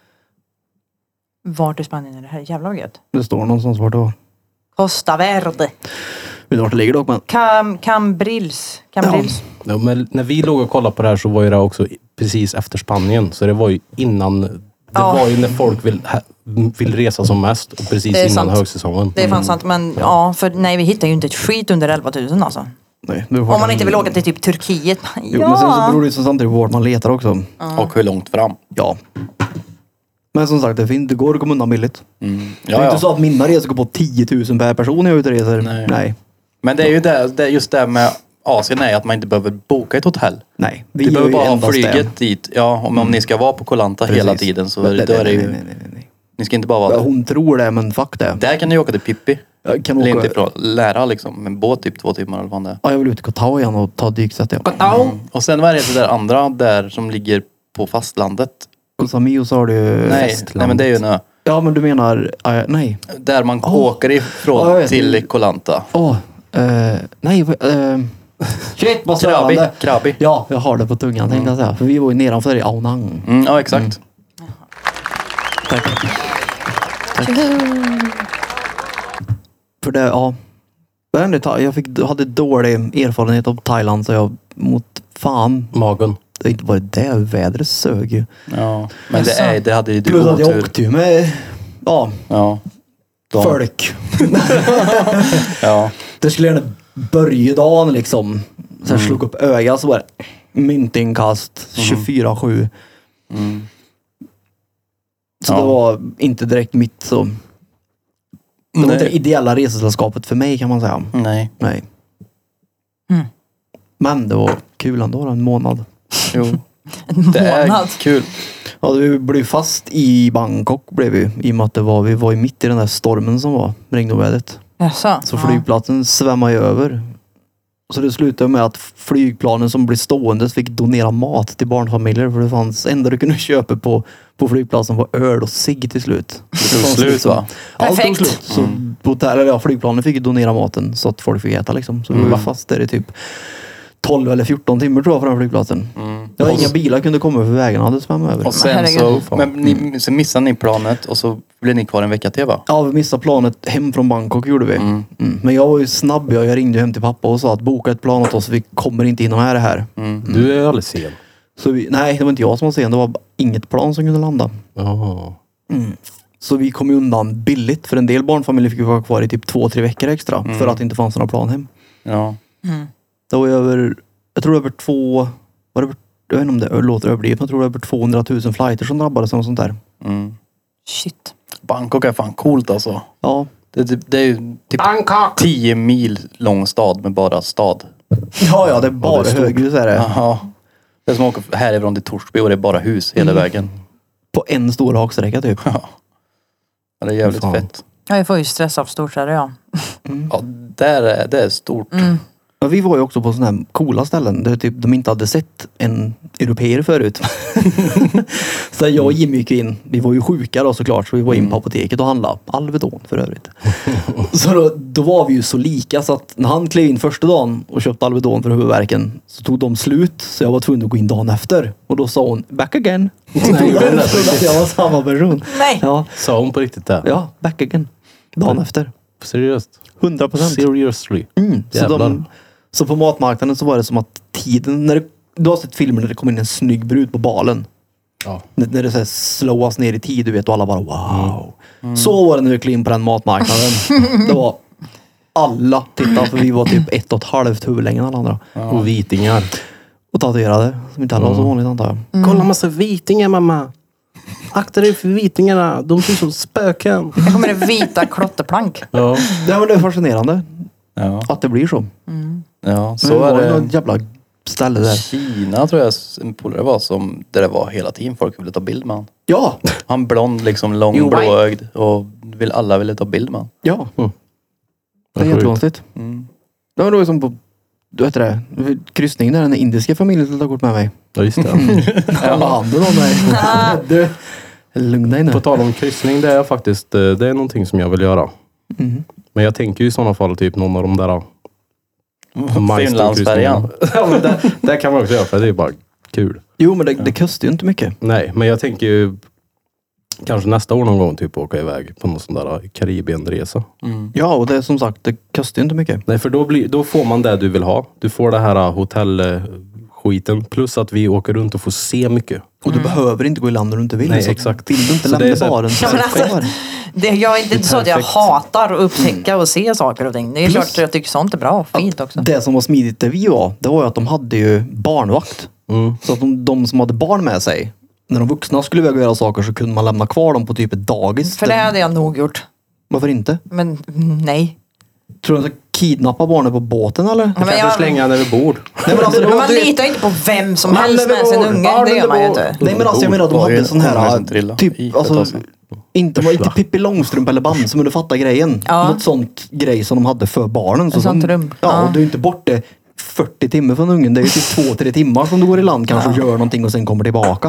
Vart i Spanien är det här? Jävlar vad gött. Det står någonstans vart det var. Costa Verde. Vet du vart det ligger dock, men... Cambrils. Ja, men när vi låg och kollade på det här så var ju det också precis efter Spanien. Så det var ju innan... Det var ju när folk vill resa som mest och precis Det är innan sant. högsäsongen. Det är fan sant. Men ja, för nej vi hittar ju inte ett skit under 11 000 alltså. Nej, du får Om man inte vill åka till typ Turkiet. Jo, men sen så beror det ju samtidigt på vart man letar också. Och hur långt fram. Ja. Men som sagt, det går att komma undan billigt. Det är Ja, inte så att mina resor går på 10 000 per person när jag är ute och reser. Nej. Men det är ju just det med Asien är att man inte behöver boka ett hotell. Nej. Vi Du behöver gör ju bara ha endast flyget dit. Ja, om ni ska vara på Koh Lanta hela Precis. tiden så Nej, då är det ju... nej. Ni ska inte bara vara Ja, där. hon tror det, men fuck det. Där kan ni åka till Pippi. Jag kan Eller åka... inte bra, lära liksom. Med båt typ 2 timmar eller vad det är. Ja, jag vill ut till Koh Tao igen och ta dyksätt. Ja. Och sen vad är det där andra där som ligger på fastlandet? Koh Samui så har du ju... Nej, men det är ju en ö. Ja, men du menar... nej. Där man åker ifrån Ja, jag vet. till Koh Lanta. Nej, shit, vad störande. Krabi. Ja, jag har det på tungan tänkte jag säga. För vi var ju nedanför i Aonang. Ja, exakt. Tack. För det, ja. Jag hade dålig erfarenhet av Thailand så jag mot fan. Magen. Det är inte bara det, vädret sög ju. Ja, men det hade ju du Plus att jag otur. åkte ju med, ja, Ja. folk. Ja. Det skulle gärna börja dagen liksom. Så jag slog upp ögat så var det myntinkast 24/7. Så Ja. det var inte direkt mitt så. Det var inte det ideella resesällskapet för mig kan man säga. Nej. Nej. Men det var kul ändå, en månad. Jo. En Det är månad. kul. Ja, vi blev fast i Bangkok blev vi. I och med att vi var ju mitt i den där stormen som var, regnovädret. Jaså? Så flygplatsen svämmade ju över. Så det slutade med att flygplanen som blev stående fick donera mat till barnfamiljer. För det fanns, enda du kunde köpa på flygplatsen var öl och cigg till slut. Det tog slut va? Allt tog Perfekt. slut. Så på hotellet, flygplanen fick ju donera maten så att folk fick äta liksom. Så vi var fast där i typ 12 eller 14 timmar tror jag från flygplatsen. Ja, inga bilar kunde komma för vägarna hade svämmat över. Och sen Herregud. så, men sen missade ni planet och så blev ni kvar en vecka till va? Ja, vi missade planet hem från Bangkok gjorde vi. Men jag var ju snabb. Jag ringde hem till pappa och sa att boka ett plan åt oss. Vi kommer inte hinna med det här. Du är alldeles sen. Så nej, det var inte jag som var sen. Det var inget plan som kunde landa. Jaha. Så vi kom ju undan billigt. För en del barnfamiljer fick vara kvar i typ 2-3 veckor extra. För att det inte fanns några plan hem. Ja. Det var ju över, jag tror över 2, var det över, jag vet inte om det låter överdrivet. Jag tror det var över 200 000 flighter som drabbades och sånt där. Shit. Bangkok är fan coolt alltså. Ja. Det är ju typ 10 mil lång stad med bara stad. Ja, det är bara höghus är det. Jaha. Det är som att åka härifrån till Torsby och det är bara hus hela vägen. På en stor haksträcka typ. Ja, det är jävligt Fan. fett. Ja, jag får ju stress av storstäder ja. Ja, det är stort. Ja, vi var ju också på sådana här coola ställen där typ de inte hade sett en europeer förut. Så jag och Jimmy gick in. Vi var ju sjuka då såklart så vi var in på apoteket och handlade. Alvedon för övrigt. Så då var vi ju så lika så att när han klev in första dagen och köpte Alvedon för huvudvärken så tog de slut så jag var tvungen att gå in dagen efter. Och då sa hon back again. Nej, jag var samma person. Nej. Ja, Sa hon på riktigt det? ja back again. Dagen efter. Seriöst? 100%. Seriously? Så, Jävlar. så på matmarknaden så var det som att tiden, när du har sett filmer när det kommer in en snygg brud på balen. Ja. När det så här slås ner i tid, du vet, och alla bara wow. Så var det när vi klev in på den matmarknaden. Det var alla tittade, för vi var typ 1,5 huvud längre än alla andra. Och vitingar. Och tatuerade, som inte alla var så vanligt antar jag. Kolla massa vitingar, mamma. Akta dig för vitingarna. De ser som spöken. Jag kommer det vita klotterplank. Ja. Ja, men det är fascinerande Ja. att det blir så. Ja, Så så var är det det. något jävla ställe där. Kina tror jag en polare var som, där det var hela tiden folk ville ta bild med han. Ja, Han blond, liksom lång, Jo, blåögd och alla ville ta bild med han. ja. Mm. Det är Sjukt. jättekonstigt. Det var då som på, du vet det, kryssningen där den indiska familjen skulle ta kort med mig. Ja, just det. Ja, vad handen om mig. Du, lugna dig nu. På tal om kryssning, det är faktiskt det är någonting som jag vill göra. Men jag tänker ju i sådana fall typ någon av de där Finlandsfärjan. Ja, men det kan man också göra, för det är bara kul. Jo, men det kostar ju inte mycket. Nej, men jag tänker ju kanske nästa år någon gång typ åka iväg på någon sån där Karibienresa. Ja, och det är som sagt, det kostar ju inte mycket. Nej, för då får man det du vill ha. Du får det här hotellskiten, plus att vi åker runt och får se mycket. Och du behöver inte gå i land om du inte vill. Nej, så exakt. Vill du inte Så det är lämna så här- baren så Ja, men alltså, kvar. jag är inte så att jag perfekt. hatar att upptäcka och se saker och ting. Det är klart att jag tycker sånt är bra och fint också. Det som var smidigt där vi var, det var ju att de hade ju barnvakt. Så att de som hade barn med sig, när de vuxna skulle iväg och göra saker så kunde man lämna kvar dem på typ ett dagis. För det hade jag nog gjort. Varför inte? Men nej. Tror du att de ska kidnappa barnen på båten eller? men Kanske jag- slänga henne vid bord. Nej, men alltså, Men man du vet- litar inte på vem som helst med sin unge. Det gör man ju inte. Nej, men alltså jag menar, de Var ju hade sån ungar här som trillade i typ, det alltså alltså. inte Pippi Långstrump eller Bamse, men du fattar grejen. Ja. Något sånt grej som de hade för barnen. Så Ett sånt de, rum. Ja, Ja. och du är inte borta 40 timmar från ungen. Det är ju typ 2-3 timmar som du går i land kanske och gör någonting och sen kommer tillbaka.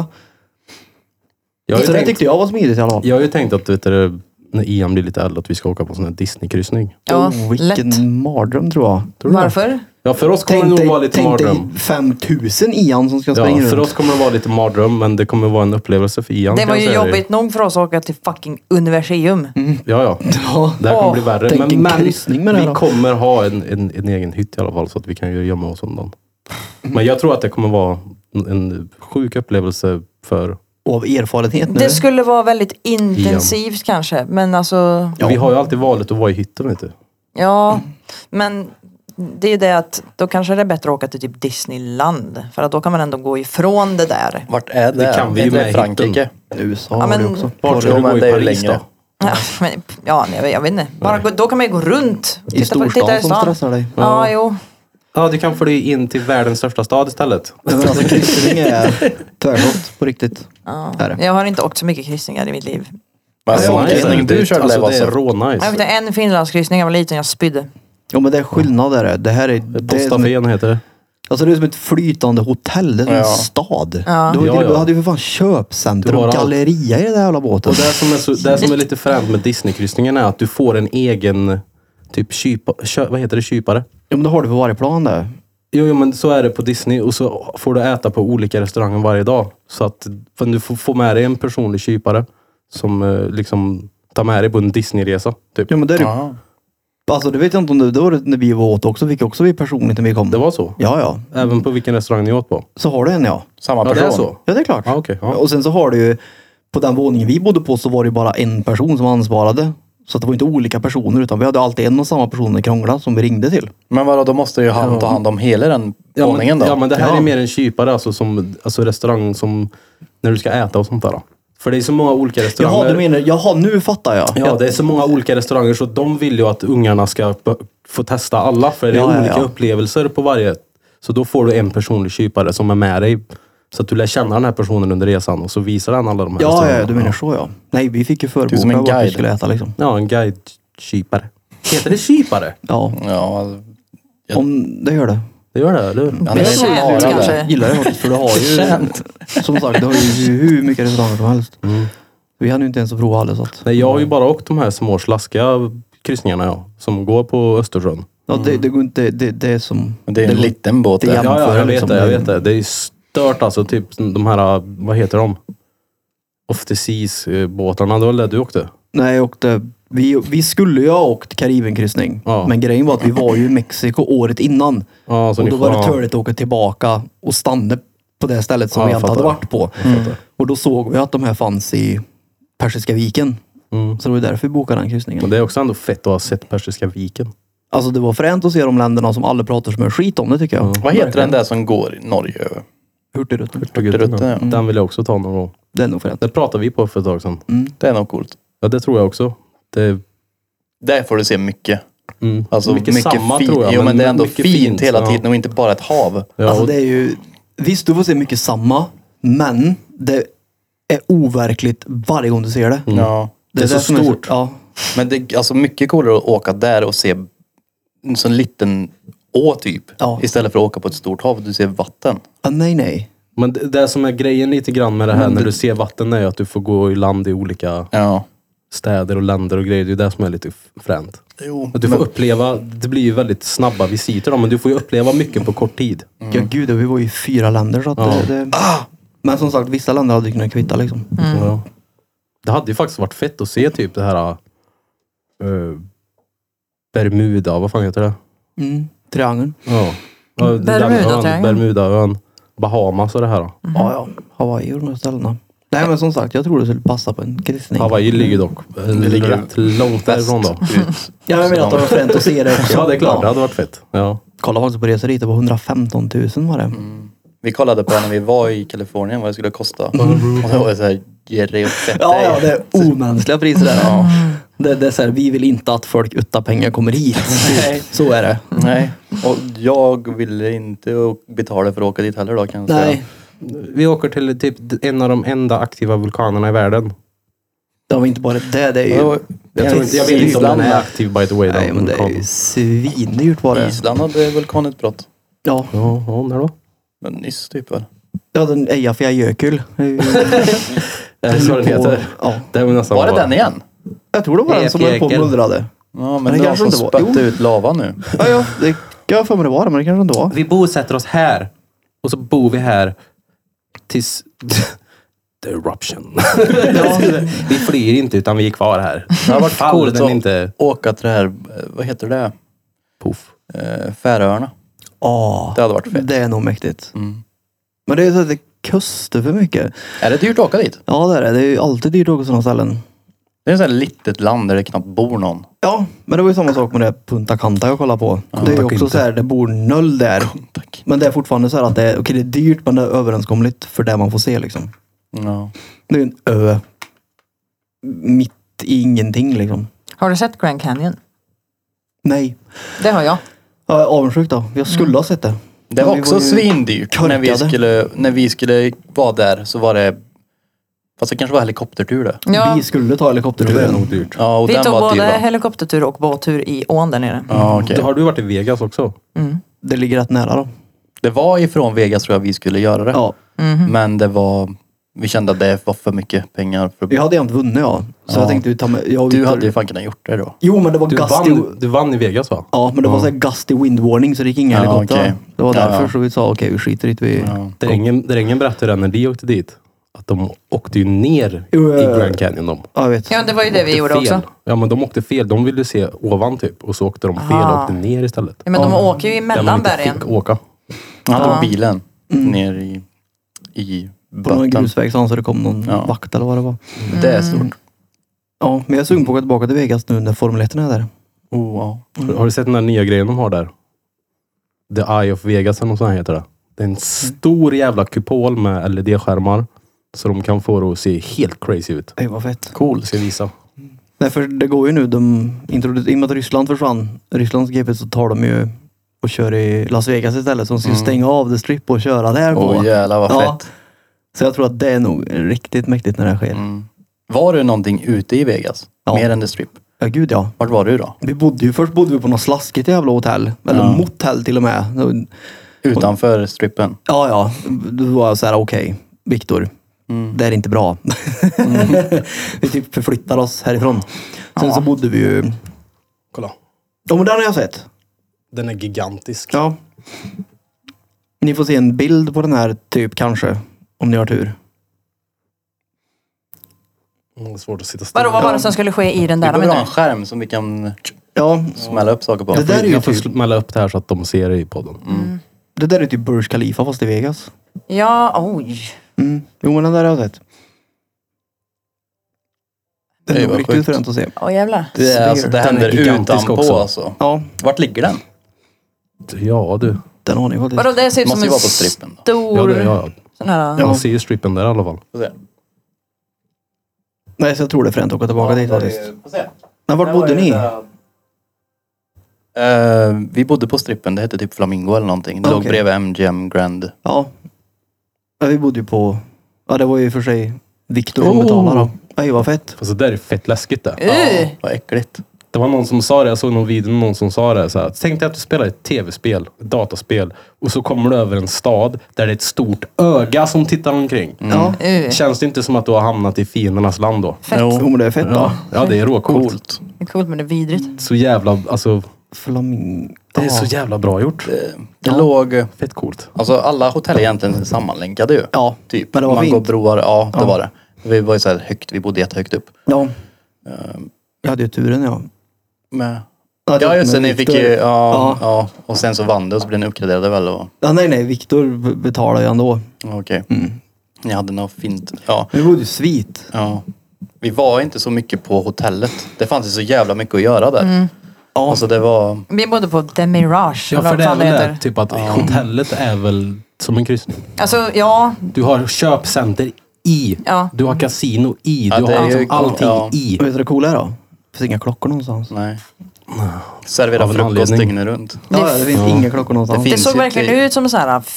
Jag har Så ju det tänkt, tyckte jag var smidigt i alla fall. jag har ju tänkt att vet du, när Ian blir lite äldre att vi ska åka på sån här Disney-kryssning. Ja, Vilken lätt. mardröm tror jag. Tror du det? Varför? Ja, för oss kommer det nog vara lite tänk dig mardröm. 5000 Ian som ska springa Ja, för runt. oss kommer det vara lite mardröm, men det kommer vara en upplevelse för Ian. Det kan var jag ju säga dig. jobbigt nog för oss att åka till fucking Universum. Ja. Ja. Det här kommer bli värre. tänk en Men kryssning med det vi då. kommer ha en egen hytt i alla fall så att vi kan ju gömma oss undan. Men jag tror att det kommer vara en sjuk upplevelse för... Och av erfarenhet nu. Det skulle vara väldigt intensivt kanske. Men alltså, Vi har ju alltid valet att vara i hytten, vet du. ja. Men det är ju det att då kanske det är bättre att åka till typ Disneyland. För att då kan man ändå gå ifrån det där. Vart är det? Det kan vi ju Inte med i Frankrike. USA Ja, har men- vi också. Vart ska Jo, du men gå i det är ju Paris längre. då? Ja, men, ja jag vet inte. Bara, då kan man ju gå runt. I storstan som stressar dig. Ja, jo. Ja, du kan fly in till världens största stad istället. Men alltså kryssning är tvärgott på riktigt. Ja. Är det? Jag har inte åkt så mycket kryssningar i mitt liv. Men Ja, sån okej. kryssning du körde alltså, var det är så. rånice. Jag vet inte, en Finlandskryssning, jag var liten, jag spydde. Ja, men det är skillnad där. Det här är... Det är som, Postafén heter det. alltså det är som ett flytande hotell. Det är som en Ja. stad. Ja. Du, Ja, du ja. hade ju för fan köpcenter Du har och allt. galleria i den där jävla båten. Och det som är lite fränt med Disney-kryssningen är att du får en egen typ vad heter det? Kypare? Ja, men det har du på varje plan där. Jo, men så är det på Disney och så får du äta på olika restauranger varje dag. Så att för du får med dig en personlig kypare som liksom tar med dig på en Disney-resa. Typ. Ja, men det är ju... Ja. Alltså det vet jag inte om det var det när vi var åt också. Fick också vi personligt när vi kom. Det var så? Ja, ja. Även på vilken restaurang ni åt på? Så har du en, ja. Samma Ja, person. det är så. Ja, det är klart. Ja, okej. Ja. Och sen så har du ju... På den våningen vi bodde på så var det ju bara en person som ansvarade. Så att det var inte olika personer utan vi hade alltid en och samma person i Krångla som vi ringde till. Men vadå, då måste ju han ta hand om hela den Ja, våningen men, då? ja, men det här Ja. är mer en kypare, alltså restaurang som när du ska äta och sånt där. För det är så många olika restauranger. Jaha, du menar... Jaha, nu fattar jag. Ja, det är så många olika restauranger så de vill ju att ungarna ska få testa alla. För det är Ja, ja, olika ja. upplevelser på varje. Så då får du en personlig kypare som är med dig. Så att du lär känna den här personen under resan och så visar den alla de här Ja, restaurangerna. ja, du menar så ja. Nej, vi fick ju Du är som förboka en vart vi guide. skulle äta liksom. Ja, en guide-kypare. Heter det kypare? Ja, Ja, alltså, om det gör det. Det gör det, eller hur? han är Betjänt snarare kanske. där. Gillar det faktiskt för du har ju... Som sagt, du har ju hur mycket restauranger som helst. Vi hann ju inte ens att prova alla så att... Nej, jag har ju bara åkt de här små slaskiga kryssningarna, ja. Som går på Östersjön. Ja, det går inte... Det är som... Men det är en går- liten båt det där. är Ja, jag vet liksom, det, jag vet det. Det är stört alltså, typ de här, vad heter de? Off the Seas båtarna, det var det du åkte? Nej, jag åkte... Vi skulle ju ha åkt Karibienkryssning. Ja. Men grejen var att vi var ju i Mexiko året innan. Ja, så Och ni då får var det ha- törligt att åka tillbaka och stanna på det stället som Ja, vi jag inte hade fattar. varit på. Och då såg vi att de här fanns i Persiska viken. Så det var därför vi bokade den kryssningen. Men det är också ändå fett att ha sett Persiska viken. Alltså det var fränt att se de länderna som alla pratar som är skit om det tycker jag. Vad heter den där som går i Norge? Hurtigruten. Hurtigruten, ja. Den vill jag också ta någon gång. Det är nog fränt. Det pratade vi på för ett tag sedan. Det är nog coolt. Ja, det tror jag också. Det, Där får du se mycket. Alltså mycket samma, fint. tror jag, Jo, men det är ändå mycket fint hela ja. tiden och inte bara ett hav. Ja, Alltså och, det är ju, visst du får se mycket samma, men det är overkligt varje gång du ser det. Ja. det är så som stort. Ja. Men det är alltså mycket coolare att åka där och se en sån liten å typ. Ja. Istället för att åka på ett stort hav. Du ser vatten. Ah, nej. Men det som är grejen lite grann med det här när du ser vatten är ju att du får gå i land i olika Ja. städer och länder och grejer. Det är det som är lite fränt. Jo. Att du får uppleva, det blir ju väldigt snabba visiter då, men du får ju uppleva mycket på kort tid. Ja gud, vi var ju 4 länder så att det... Men som sagt, vissa länder hade kunnat kvitta liksom. Ja. Det hade ju faktiskt varit fett att se typ det här Bermuda, vad fan heter det? Triangeln. Ja. Bermuda-triangeln. Bermudaön. Bahamas och det här då. Ja. Hawaii och de här ställena. Nej men som sagt, jag tror det skulle passa på en kryssning. Hawaii ligger dock ligger rätt långt därifrån då. Ja, jag menar att det var fränt att se det också. Ja, det är klart. Det hade varit fett. Ja. Kolla faktiskt på resor dit, det var 115 000 var det. Vi kollade på när vi var i Kalifornien vad det skulle kosta. Och det var så här, Jerry och fett. Ja, det är omänskliga priser där. Ja. Det är så här, vi vill inte att folk utan pengar kommer hit. Så är det. Nej. Och jag ville inte betala för att åka dit heller då kan jag säga. Nej, Vi åker till typ en av de enda aktiva vulkanerna i världen. det var inte bara det. Det är ju... Jag vet inte om den är aktiv by the way. Nej, men det är ju svindyrt var det. Island hade vulkanutbrott. Ja, Ja, när då? Men nyss typ väl. ja den Eyjafjallajökull. Är det så den heter? Ja. Det är väl nästan Var det bara- den igen? Jag tror det var den som höll på och Eyjafjallajökull. mullrade. Ja, Men men det det var kanske som inte var. spötte Jo. ut lava nu. Ja, det kan jag för mig det var det, men det kanske inte var. Vi bosätter oss här. Och så bor vi här tills the eruption. Vi flyr inte utan vi är kvar här. Det har varit Faller coolt den att inte åka till det här, vad heter det? puff. Färöarna. Ja, Det hade varit fett. det är nog mäktigt. Mm. Men det är så att det kostar för mycket. Är det dyrt att åka dit? Ja, det är det. Det är ju alltid dyrt att åka sådana ställen. Det är ett sånt här litet land där det knappt bor någon. Ja, men det var ju samma sak med det Punta Canta jag kollade på. Det är ju också så här, det bor 0 där. Tack. Men det är fortfarande så här att det är, okej, det är dyrt men det är överenskomligt för det man får se liksom. Ja. Det är ju en ö. Mitt i ingenting liksom. Har du sett Grand Canyon? Nej. Det har jag. Jag är avundsjuk då. Jag skulle ha sett det. Det var Men vi också var ju svindyrt. När vi skulle vara där så var det... Fast det kanske var helikoptertur det. Ja, Vi skulle ta helikoptertur. Det är nog dyrt. Ja, och vi den tog var både dyr va? helikoptertur och båttur i ån där nere. Ja, okej. Har du varit i Vegas också? Det ligger rätt nära då. Det var ifrån Vegas tror jag vi skulle göra det. Ja. Men det var... Vi kände att det var för mycket pengar. För... Vi hade ju inte vunnit ja. Så jag tänkte vi ta med... Du hade ju fan kunnat gjort det då. Jo men det var Du vann i Vegas va? Ja, men det var så här gusty wind warning så det gick inga Ja, helikoptrar. okej. Det var Ja, därför ja. så vi sa okej, vi skiter i det. Vi... Ja. Drängen berättade när de åkte dit. Att de åkte ju ner Jo, i Grand Canyon de. Ja, jag vet. Ja, det var ju det vi gjorde fel. också. Ja men de åkte fel. De ville se ovan typ. Och så åkte de fel och åkte ner istället. Ja, men de åker ju Där man emellan inte bergen. fick åka. Han tog bilen ner i På någon botten. grusväg så det kom någon Ja. vakt eller vad det var. Det är stort. Ja, men jag är sugen på att gå tillbaka till Vegas nu när Formel 1 är där. Oh, ja. Har du sett den där nya grejen de har där? The Eye of Vegas eller något sånt här heter det. Det är en stor jävla kupol med LED-skärmar. Så de kan få det att se helt crazy ut. Det var fett. Cool. Ska jag visa. Nej, för det går ju nu. I och med att Ryssland försvann. Rysslands GP så tar de ju och kör i Las Vegas istället. Så de ska stänga av The Strip och köra där på. Åh jävlar vad Ja. fett. Så jag tror att det är nog riktigt mäktigt när det sker. Var du någonting ute i Vegas? Ja. Mer än The Strip? Ja, gud ja. Vart var du då? Först bodde vi på något slaskigt jävla hotell. Eller motell till och med. Utanför strippen? Ja. Då var jag så här, okej, Viktor. Det är inte bra. Vi typ förflyttar oss härifrån. Sen så bodde vi ju... Kolla. Ja, men den har jag sett. Den är gigantisk. Ja. Ni får se en bild på den här typ kanske. Om ni har tur. Det är svårt att sitta still. Vadå, vad var det som skulle ske i den Vi där? behöver ha en Men, skärm som vi kan Ja, smälla upp saker på. det där är ju Jag får typ, smälla upp det här så att de ser det i podden. det där är typ Burj Khalifa fast i Vegas. Ja, oj. Jo, men den där har jag sett. Det är Det nog var riktigt sjukt. fränt att se. Åh jävlar. Det, är, alltså, det Den är händer gigantisk utanpå också. alltså. Ja, Vart ligger den? Ja du. den har ni faktiskt. Vadå, det ser ut Måste som ju en vara på strippen då. stor... Ja. Sån här... Man ser ju strippen där i alla fall. Får se. Nej, så jag tror det är fränt att åka tillbaka dit faktiskt. Får se. Men vart bodde ni? Vi bodde på strippen, det hette typ Flamingo eller någonting. Det låg Okej. bredvid MGM Grand. Ja. Ja, vi bodde ju på... Ja, det var ju för sig Viktor som betalade då. Nej, vad fett. Fast det där är fett läskigt det. Ja, vad äckligt. Det var någon som sa det, jag såg någon video, någon som sa det så här. Tänk dig att du spelar ett tv-spel, ett dataspel och så kommer du över en stad där det är ett stort öga som tittar omkring. Ja. Känns det inte som att du har hamnat i fiendernas land då? Fett. Jo, men det är fett då. Ja, det är råcoolt. Coolt. Det är coolt men det är vidrigt. Så jävla, alltså, Flamingo. det är så jävla bra gjort. Det låg... Fett coolt. Alltså alla hotell är egentligen sammanlänkade ju. Ja, Typ. men det var Man fint. går broar, ja det var det. Vi var ju så här högt, vi bodde jättehögt upp. Ja. Jag hade ju turen, ja. Med... Ja, Ja just det, ni fick ju, Ja. ja. Och sen så vann det och så blev ni uppgraderade väl och... Ja, nej, Viktor betalade ju ändå. Okej. Ni hade något fint, ja. Vi bodde ju svit. Ja. Vi var inte så mycket på hotellet. Det fanns ju så jävla mycket att göra där. Ja. Alltså det var... Vi bodde på The Mirage. Ja, eller för vad det är fan väl heter. det, typ att hotellet är väl som en kryssning. Alltså, ja. Du har köpcenter i. Ja. Du har kasino i. Ja, Du det är har ju- liksom allting ja. i. Och vet du det coola är då? Det finns inga klockor någonstans. Nej. Servera Av en frukost anledning. dygnet runt. Ja, det finns inga klockor någonstans. Det Det finns såg ju verkligen till- ut som en sån här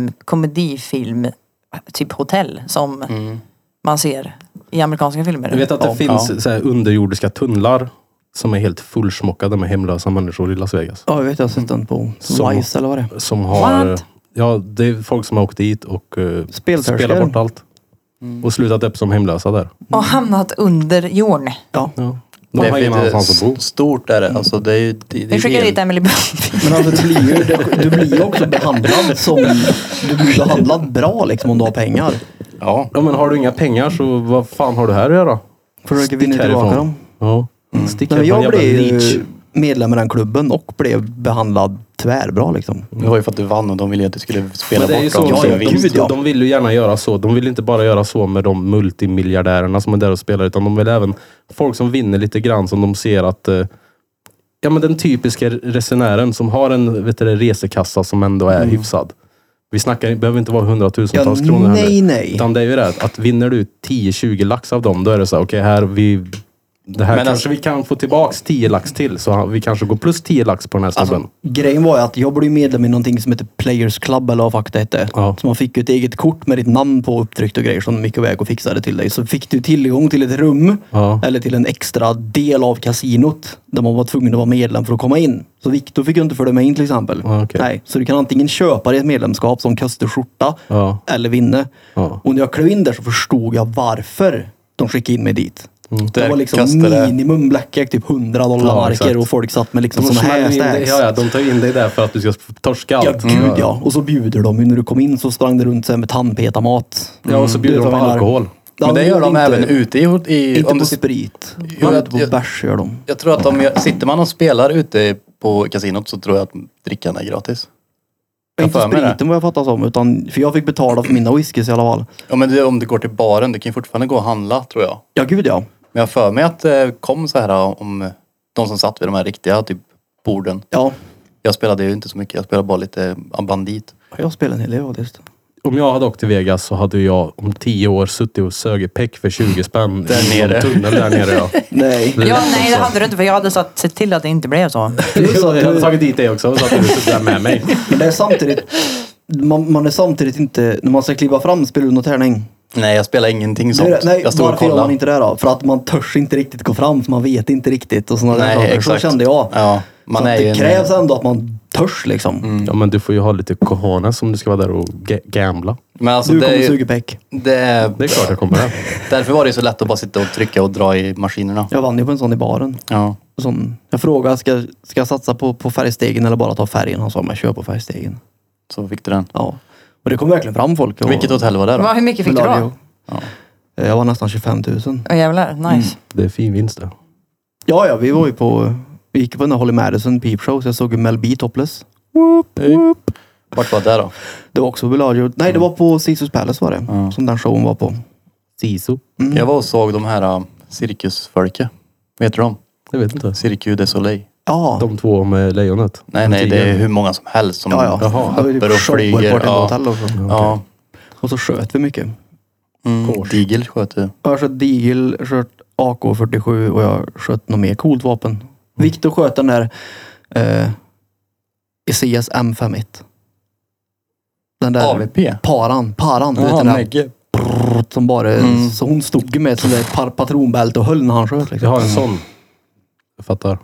komedifilm, typ hotell som man ser i amerikanska filmer. Jag vet att det finns så här underjordiska tunnlar som är helt fullsmockade med hemlösa människor i Las Vegas. Ja, jag vet. Jag har sett den på Som- Vice eller vad det är. Som har... What? Ja, det är folk som har åkt dit och Speltärskar. spelat bort allt. Och slutat upp som hemlösa där. Och hamnat under jorden. Ja. Ja. De har ingen annanstans att bo. Stort är det. Alltså det är ju... Vi skickar dit Emily Blunt. Men alltså du blir ju också behandlad som... Du blir behandlad bra liksom om du har pengar. Ja. Ja, men har du inga pengar så vad fan har du här att göra? Försöker vinna tillbaka härifrån. dem. Ja. Stick Nej, men härifrån, jag jävla blev leech. ju medlem i den klubben och blev behandlad tvärbra liksom. Det var ju för att du vann och de ville att du skulle spela Men det är ju bort så, dem. Ja, sin ja, vinst. gud, ja. de vill ju gärna göra så. De vill inte bara göra så med de multimiljardärerna som är där och spelar, utan de vill även folk som vinner lite grann, som de ser att ja, men den typiska resenären som har en resekassa som ändå är hyfsad. Vi snackar, det behöver inte vara hundratusentals kronor heller. nej. Utan det är ju det att vinner du 10-20 lax av dem, då är det så här, okej, här det här Men kanske alltså- vi kan få tillbaks 10 lax till, så vi kanske går plus 10 lax på den här snubben. Alltså, grejen var ju att jag blev medlem i någonting som heter Players Club eller vad fuck det hette. Ja. Så man fick ju ett eget kort med ditt namn på upptryckt och grejer som de gick iväg och fixade till dig. Så fick du tillgång till ett rum Ja. eller till en extra del av kasinot där man var tvungen att vara medlem för att komma in. Så Viktor fick ju inte följa med in till exempel. Ja, okej. Nej, så du kan antingen köpa dig ett medlemskap som kostar skjorta Ja. eller vinna. Ja. Och när jag klev in där så förstod jag varför de skickade in mig dit. Det Där var liksom kastade- minimum blackjack, typ $100 Ja, marker exakt. och folk satt med liksom De såna här smäller in dig, stacks. ja, de tar in dig där för att du ska torska Ja, allt. gud ja. Och så bjuder de ju. När du kom in så sprang det runt så här med tandpetamat. Ja, och så bjuder de på alkohol. Ja, Men det gör de inte- även ute i Inte om på du, sprit. Jo, Inte på jag- bärs gör de. jag tror att sitter man och spelar ute på kasinot så tror jag att drickan är gratis. Jag Inte för mig det. spriten vad jag fattar som. Utan, för jag fick betala för mina whiskys i alla fall. Ja men om du går till baren, du kan ju fortfarande gå och handla tror jag. Ja, gud ja. Men jag för mig att det kom så här om de som satt vid de här riktiga typ borden. Ja, Jag spelade ju inte så mycket, jag spelade bara lite bandit. jag spelar en hel del faktiskt. Om jag hade åkt till Vegas så hade jag om 10 år suttit och sögit peck för 20 spänn Där i någon nere. tunnel där nere. Ja. Nej. Ja, nej det hade du inte för jag hade sett till att det inte blev så. Jag hade tagit dit dig också så att du suttit där med mig. Men det är samtidigt... Man är samtidigt inte... När man ska kliva fram spelar du någon tärning. Nej jag spelar ingenting sånt. Nej, jag stod och varför gör man kollade. inte det då? För att man törs inte riktigt gå fram, så man vet inte riktigt. Och såna där Nej saker. exakt. Så kände jag. Ja, man Så är att ju det en- krävs ändå att man törs liksom. Ja, men du får ju ha lite cojones om du ska vara där och gambla. Men alltså Du det kommer är ju, suga peck. det är, Det är klart jag kommer där. därför var det ju så lätt att bara sitta och trycka och dra i maskinerna. Jag vann ju på en sån i baren. Ja. Sån, jag frågade, ska jag satsa på färgstegen eller bara ta färgen? Han sa, men kör på färgstegen. Så fick du den. Ja. Och det kom verkligen fram folk. Och, Vilket hotell var det då? Hur mycket fick du då? Jag var nästan 25 000. Åh jävlar, nice. Det är fin vinst det. Ja, vi var ju på... Vi gick på den där Holly Madison Peep Show, så jag såg ju Mel B topless. Vart var det då? Det var också Bellagio. Nej, det var på Caesars Palace var det. Som den showen var på. Sisu. Jag var och såg de här cirkusfolket. Vet du dem? Jag vet inte. Cirque du Soleil. Ja. De två med lejonet. Nej, det är hur många som helst som hoppar och flyger. Ja. Och så sköt vi mycket. Digel sköt du. Jag har sköt Digel, sköt AK-47 och jag sköt något mer coolt vapen. Victor sköt den där ECS M51. Den där AVP? Paran. Du vet Ja, den där Megge. som bara, så hon stod med ett sånt där patronbälte och höll när han sköt. Liksom. Jag har en sån. Jag fattar.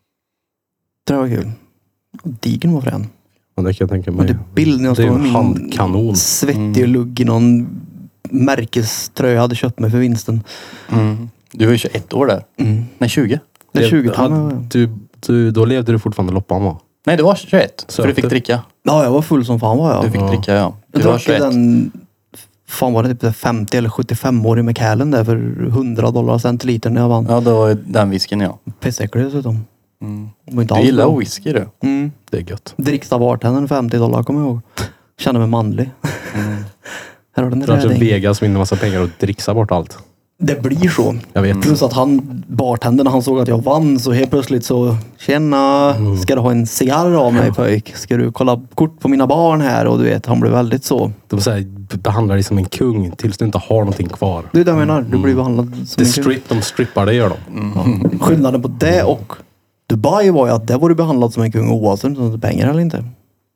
Det var kul. Digeln var frän. Men det kan jag tänka mig. Men det bild när jag Det är står en med min handkanon. svettig lugg i någon märkeströja jag hade köpt mig för vinsten. Du var ju 21 år där. Nej, 20. Det är 20-tal. Då levde du fortfarande loppan, va? Nej, det var 21. Så för du fick dricka. Ja, jag var full som fan var jag. Du fick dricka, ja. Jag Du var drack 21. den, fan var det typ 50 eller 75-årig Macallan där för $100 centiliter när jag vann. Ja, det var den whiskyn, ja. Pissäcklig dessutom. Det var inte Du alls gillar bra. whisky, du. Det är gött. Dricks av bartendern $50 kommer jag ihåg. Kände mig manlig. Här har den Kanske rädding. Vegas vinner massa pengar och dricksar bort allt. Det blir så. Jag vet. Plus att bartendern, när han såg att jag vann så helt plötsligt så tjena, ska du ha en cigarr av mig pojk? Ska du kolla kort på mina barn här? Och du vet, han blev väldigt så. De behandlar dig som en kung tills du inte har någonting kvar. Det är det jag menar. Du blir behandlad som en kung. De strippar det gör de. Skillnaden på det och Dubai var ju att där var du behandlad som en kung oavsett om du pengar eller inte.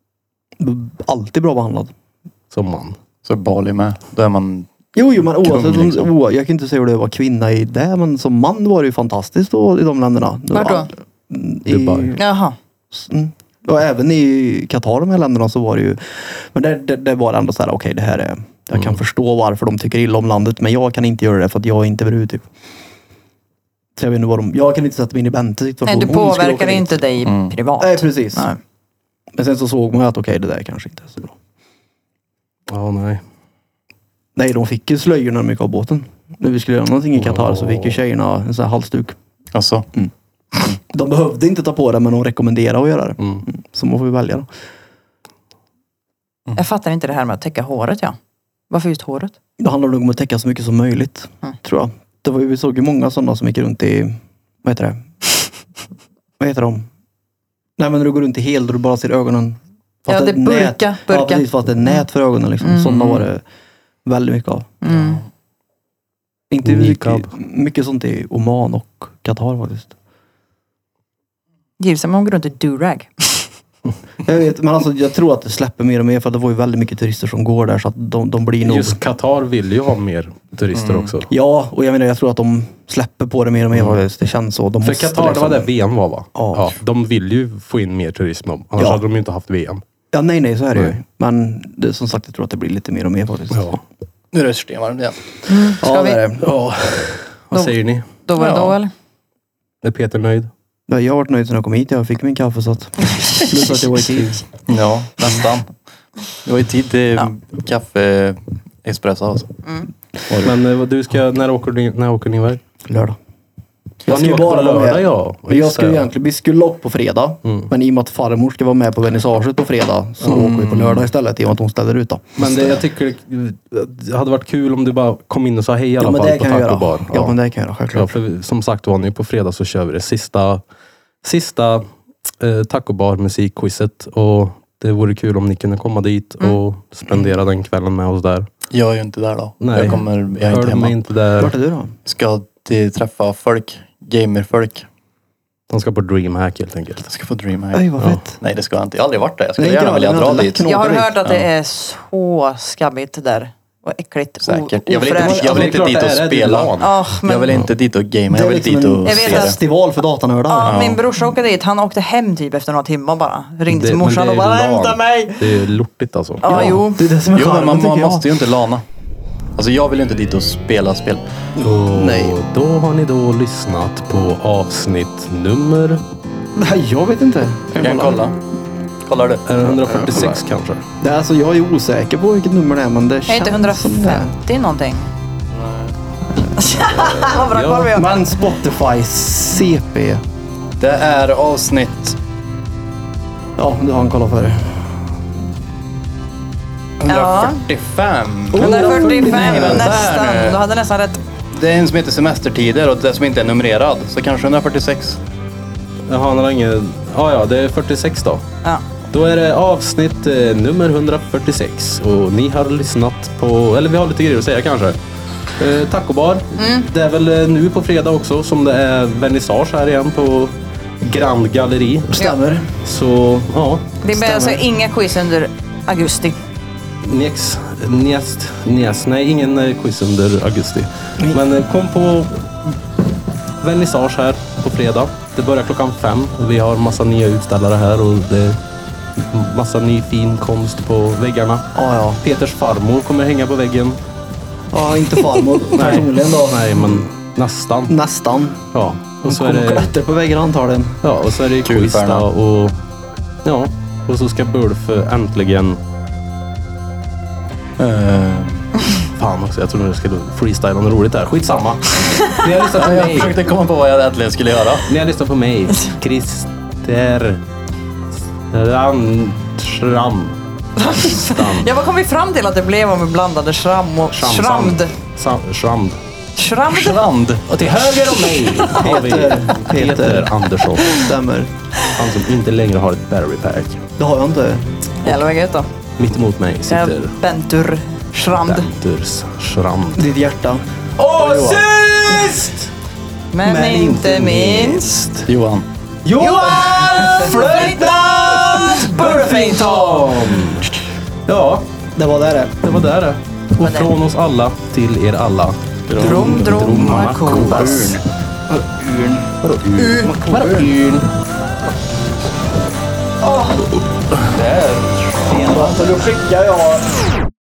Alltid bra behandlad. Som man. Så Bali med. Då är man... Jo, men oavsett Kung, liksom. jag kan inte säga hur det var kvinna i det, men som man var det ju fantastiskt då, i de länderna. Vart då? Dubai. Jaha. Och även i Qatar, de här länderna, så var det ju... Men det var ändå så här, okej, det här är... Jag kan förstå varför de tycker illa om landet, men jag kan inte göra det för att jag är inte brud, typ. Så jag vet inte vad jag kan inte sätta mig in i Bentes situation. Nej, du påverkar inte dig privat. Nej, precis. Nej. Men sen så såg man ju att okej, det där kanske inte är så bra. Ja, nej. Nej, de fick ju slöjorna mycket av båten. När vi skulle göra någonting i Qatar så fick ju tjejerna en sån här halsduk. Alltså. De behövde inte ta på det, men de rekommenderade att göra det. Så man får ju välja då. Jag fattar inte det här med att täcka håret, ja. Varför just håret? Det handlar nog om att täcka så mycket som möjligt, tror jag. Det var ju, vi såg ju många sådana som gick runt i, vad heter det? Vad heter de? Nej, men när du går runt i hel och du bara ser ögonen. Ja, det är burka. Ja, precis, fast det är nät för ögonen liksom. Sådana var det väldigt mycket av. Inte mycket sånt i Oman och Qatar faktiskt. Gills man går runt i durag. Jag vet, men alltså jag tror att det släpper mer och mer för att det var ju väldigt mycket turister som går där så att de blir nog... Just Qatar vill ju ha mer turister också. Ja, och jag menar, jag tror att de släpper på det mer och mer. Det känns så. De För måste Qatar, det var där VM var, va? Ja. De vill ju få in mer turism. Annars hade de ju inte haft VM. Ja, nej, så är det ju. Men det, som sagt, jag tror att det blir lite mer och mer faktiskt. Ja. Nu är det stenvarmt igen. Ja, vi- det är det. Ja. Vad säger ni? Då var det då, eller? Är Peter nöjd? Ja, jag har varit nöjd sen jag kom hit. Jag fick min kaffe så att... Plus att jag var i tid. Ja, nästan. Det var ju tid till kaffe espresso alltså. Men du ska, när åker ni iväg? Lördag. Jag ska bara lördag, ja. Jag skulle egentligen, vi skulle åka på fredag. Men i och med att farmor ska vara med på vernissaget på fredag så åker vi på lördag istället i och med att hon ställer ut då. Men jag tycker det hade varit kul om du bara kom in och sa hej i alla Ja, men fall det på kan jag Taco göra. Bar. Ja, men det kan jag göra, Ja, självklart. för som sagt var, nu på fredag så kör vi det sista Taco Bar musikquizet och det vore kul om ni kunde komma dit och spendera den kvällen med oss där. Jag är ju inte där då. Nej. Jag är inte Hör de hemma. inte där. Vart är du då? Ska till träffa folk. Gamerfolk. De ska på DreamHack helt enkelt. Jag ska få DreamHack. Oj, vad fett. Nej, det ska jag inte. Jag har aldrig varit där. Jag skulle Nej, gärna inte vilja jag. dra Jag har dit. lätt Jag har Åka hört att det är så skabbigt där. Och äckligt. Säkert. Jag vill Ofräscht. inte det är klart dit och det är spela. LAN. Ja, men... Jag vill inte dit och gamea. Det Jag är vill liksom dit en och Jag vet se att- det. festival för datanördar. Ja, min brorsa åkte dit. Han åkte hem typ efter några timmar bara. Ringde till Men morsan det och är bara LAN. hämta mig. Det är lortigt alltså. Ja, jo. Det är det som är Jo, men charmen, man tycker jag. måste ju inte lana. Alltså jag vill ju inte dit och spela spel. Och Nej. då har ni då lyssnat på avsnitt nummer... Nej, jag vet inte. Jag kan kolla. Kollar du? Är det 146 kanske? Det är alltså, jag är osäker på vilket nummer det är, men det Är inte känns som det. 150 någonting? Vad bra koll vi har. Men Spotify CP. Det är avsnitt... Ja, du har en kolla för det. 145. 145 Nej, vänta här nästan. nu. Du hade nästan rätt. Det är en som heter Semestertider och det som inte är numrerad. Så kanske 146. Jaha, han har ingen... Ja, det är 46 då. Ja. Då är det avsnitt nummer 146 och ni har lyssnat på, eller vi har lite grejer att säga kanske. Tacobar. Det är väl nu på fredag också som det är vernissage här igen på Grand Galleri. Stämmer. Så ja, Det blir alltså inga quiz under augusti. nej, ingen quiz under augusti. Men kom på vernissage här på fredag. Det börjar 5:00 och vi har massa nya utställare här och det är massa ny fin konst på väggarna. Ja. Peters farmor kommer hänga på väggen. Ja, inte farmor personligen då. Nej, men nästan. Nästan. Ja. Och så är Kommer det, klätter på väggen antagligen. ja, och så är det Kul quiz för henne. då, och ja, och så ska Bulf äntligen fan också, jag trodde jag skulle freestyla något roligt där. Skitsamma. Ni har lyssnat på Jag mig. försökte komma på vad jag äntligen skulle göra. Ni har lyssnat på mig. Christer Strandstrand. Ja, vad kom vi fram till att det blev om vi blandade schram och schramd? Schramd. Schramd? Strand. Och till höger om mig har vi Peter Andersson. Stämmer. Han som inte längre har ett battery pack. Det har jag inte. Jävlar vad gött då. Mitt emot mig sitter Bentur Schramd. Benturs Schramd. Ditt hjärta. Och sist! Men inte minst. Johan. Johan Flöjtnant Burfington! Ja, Det var det. det var där det. Och från oss alla till er alla. Drom Makobas. Vadå urn? Vadå urn? Då skickar jag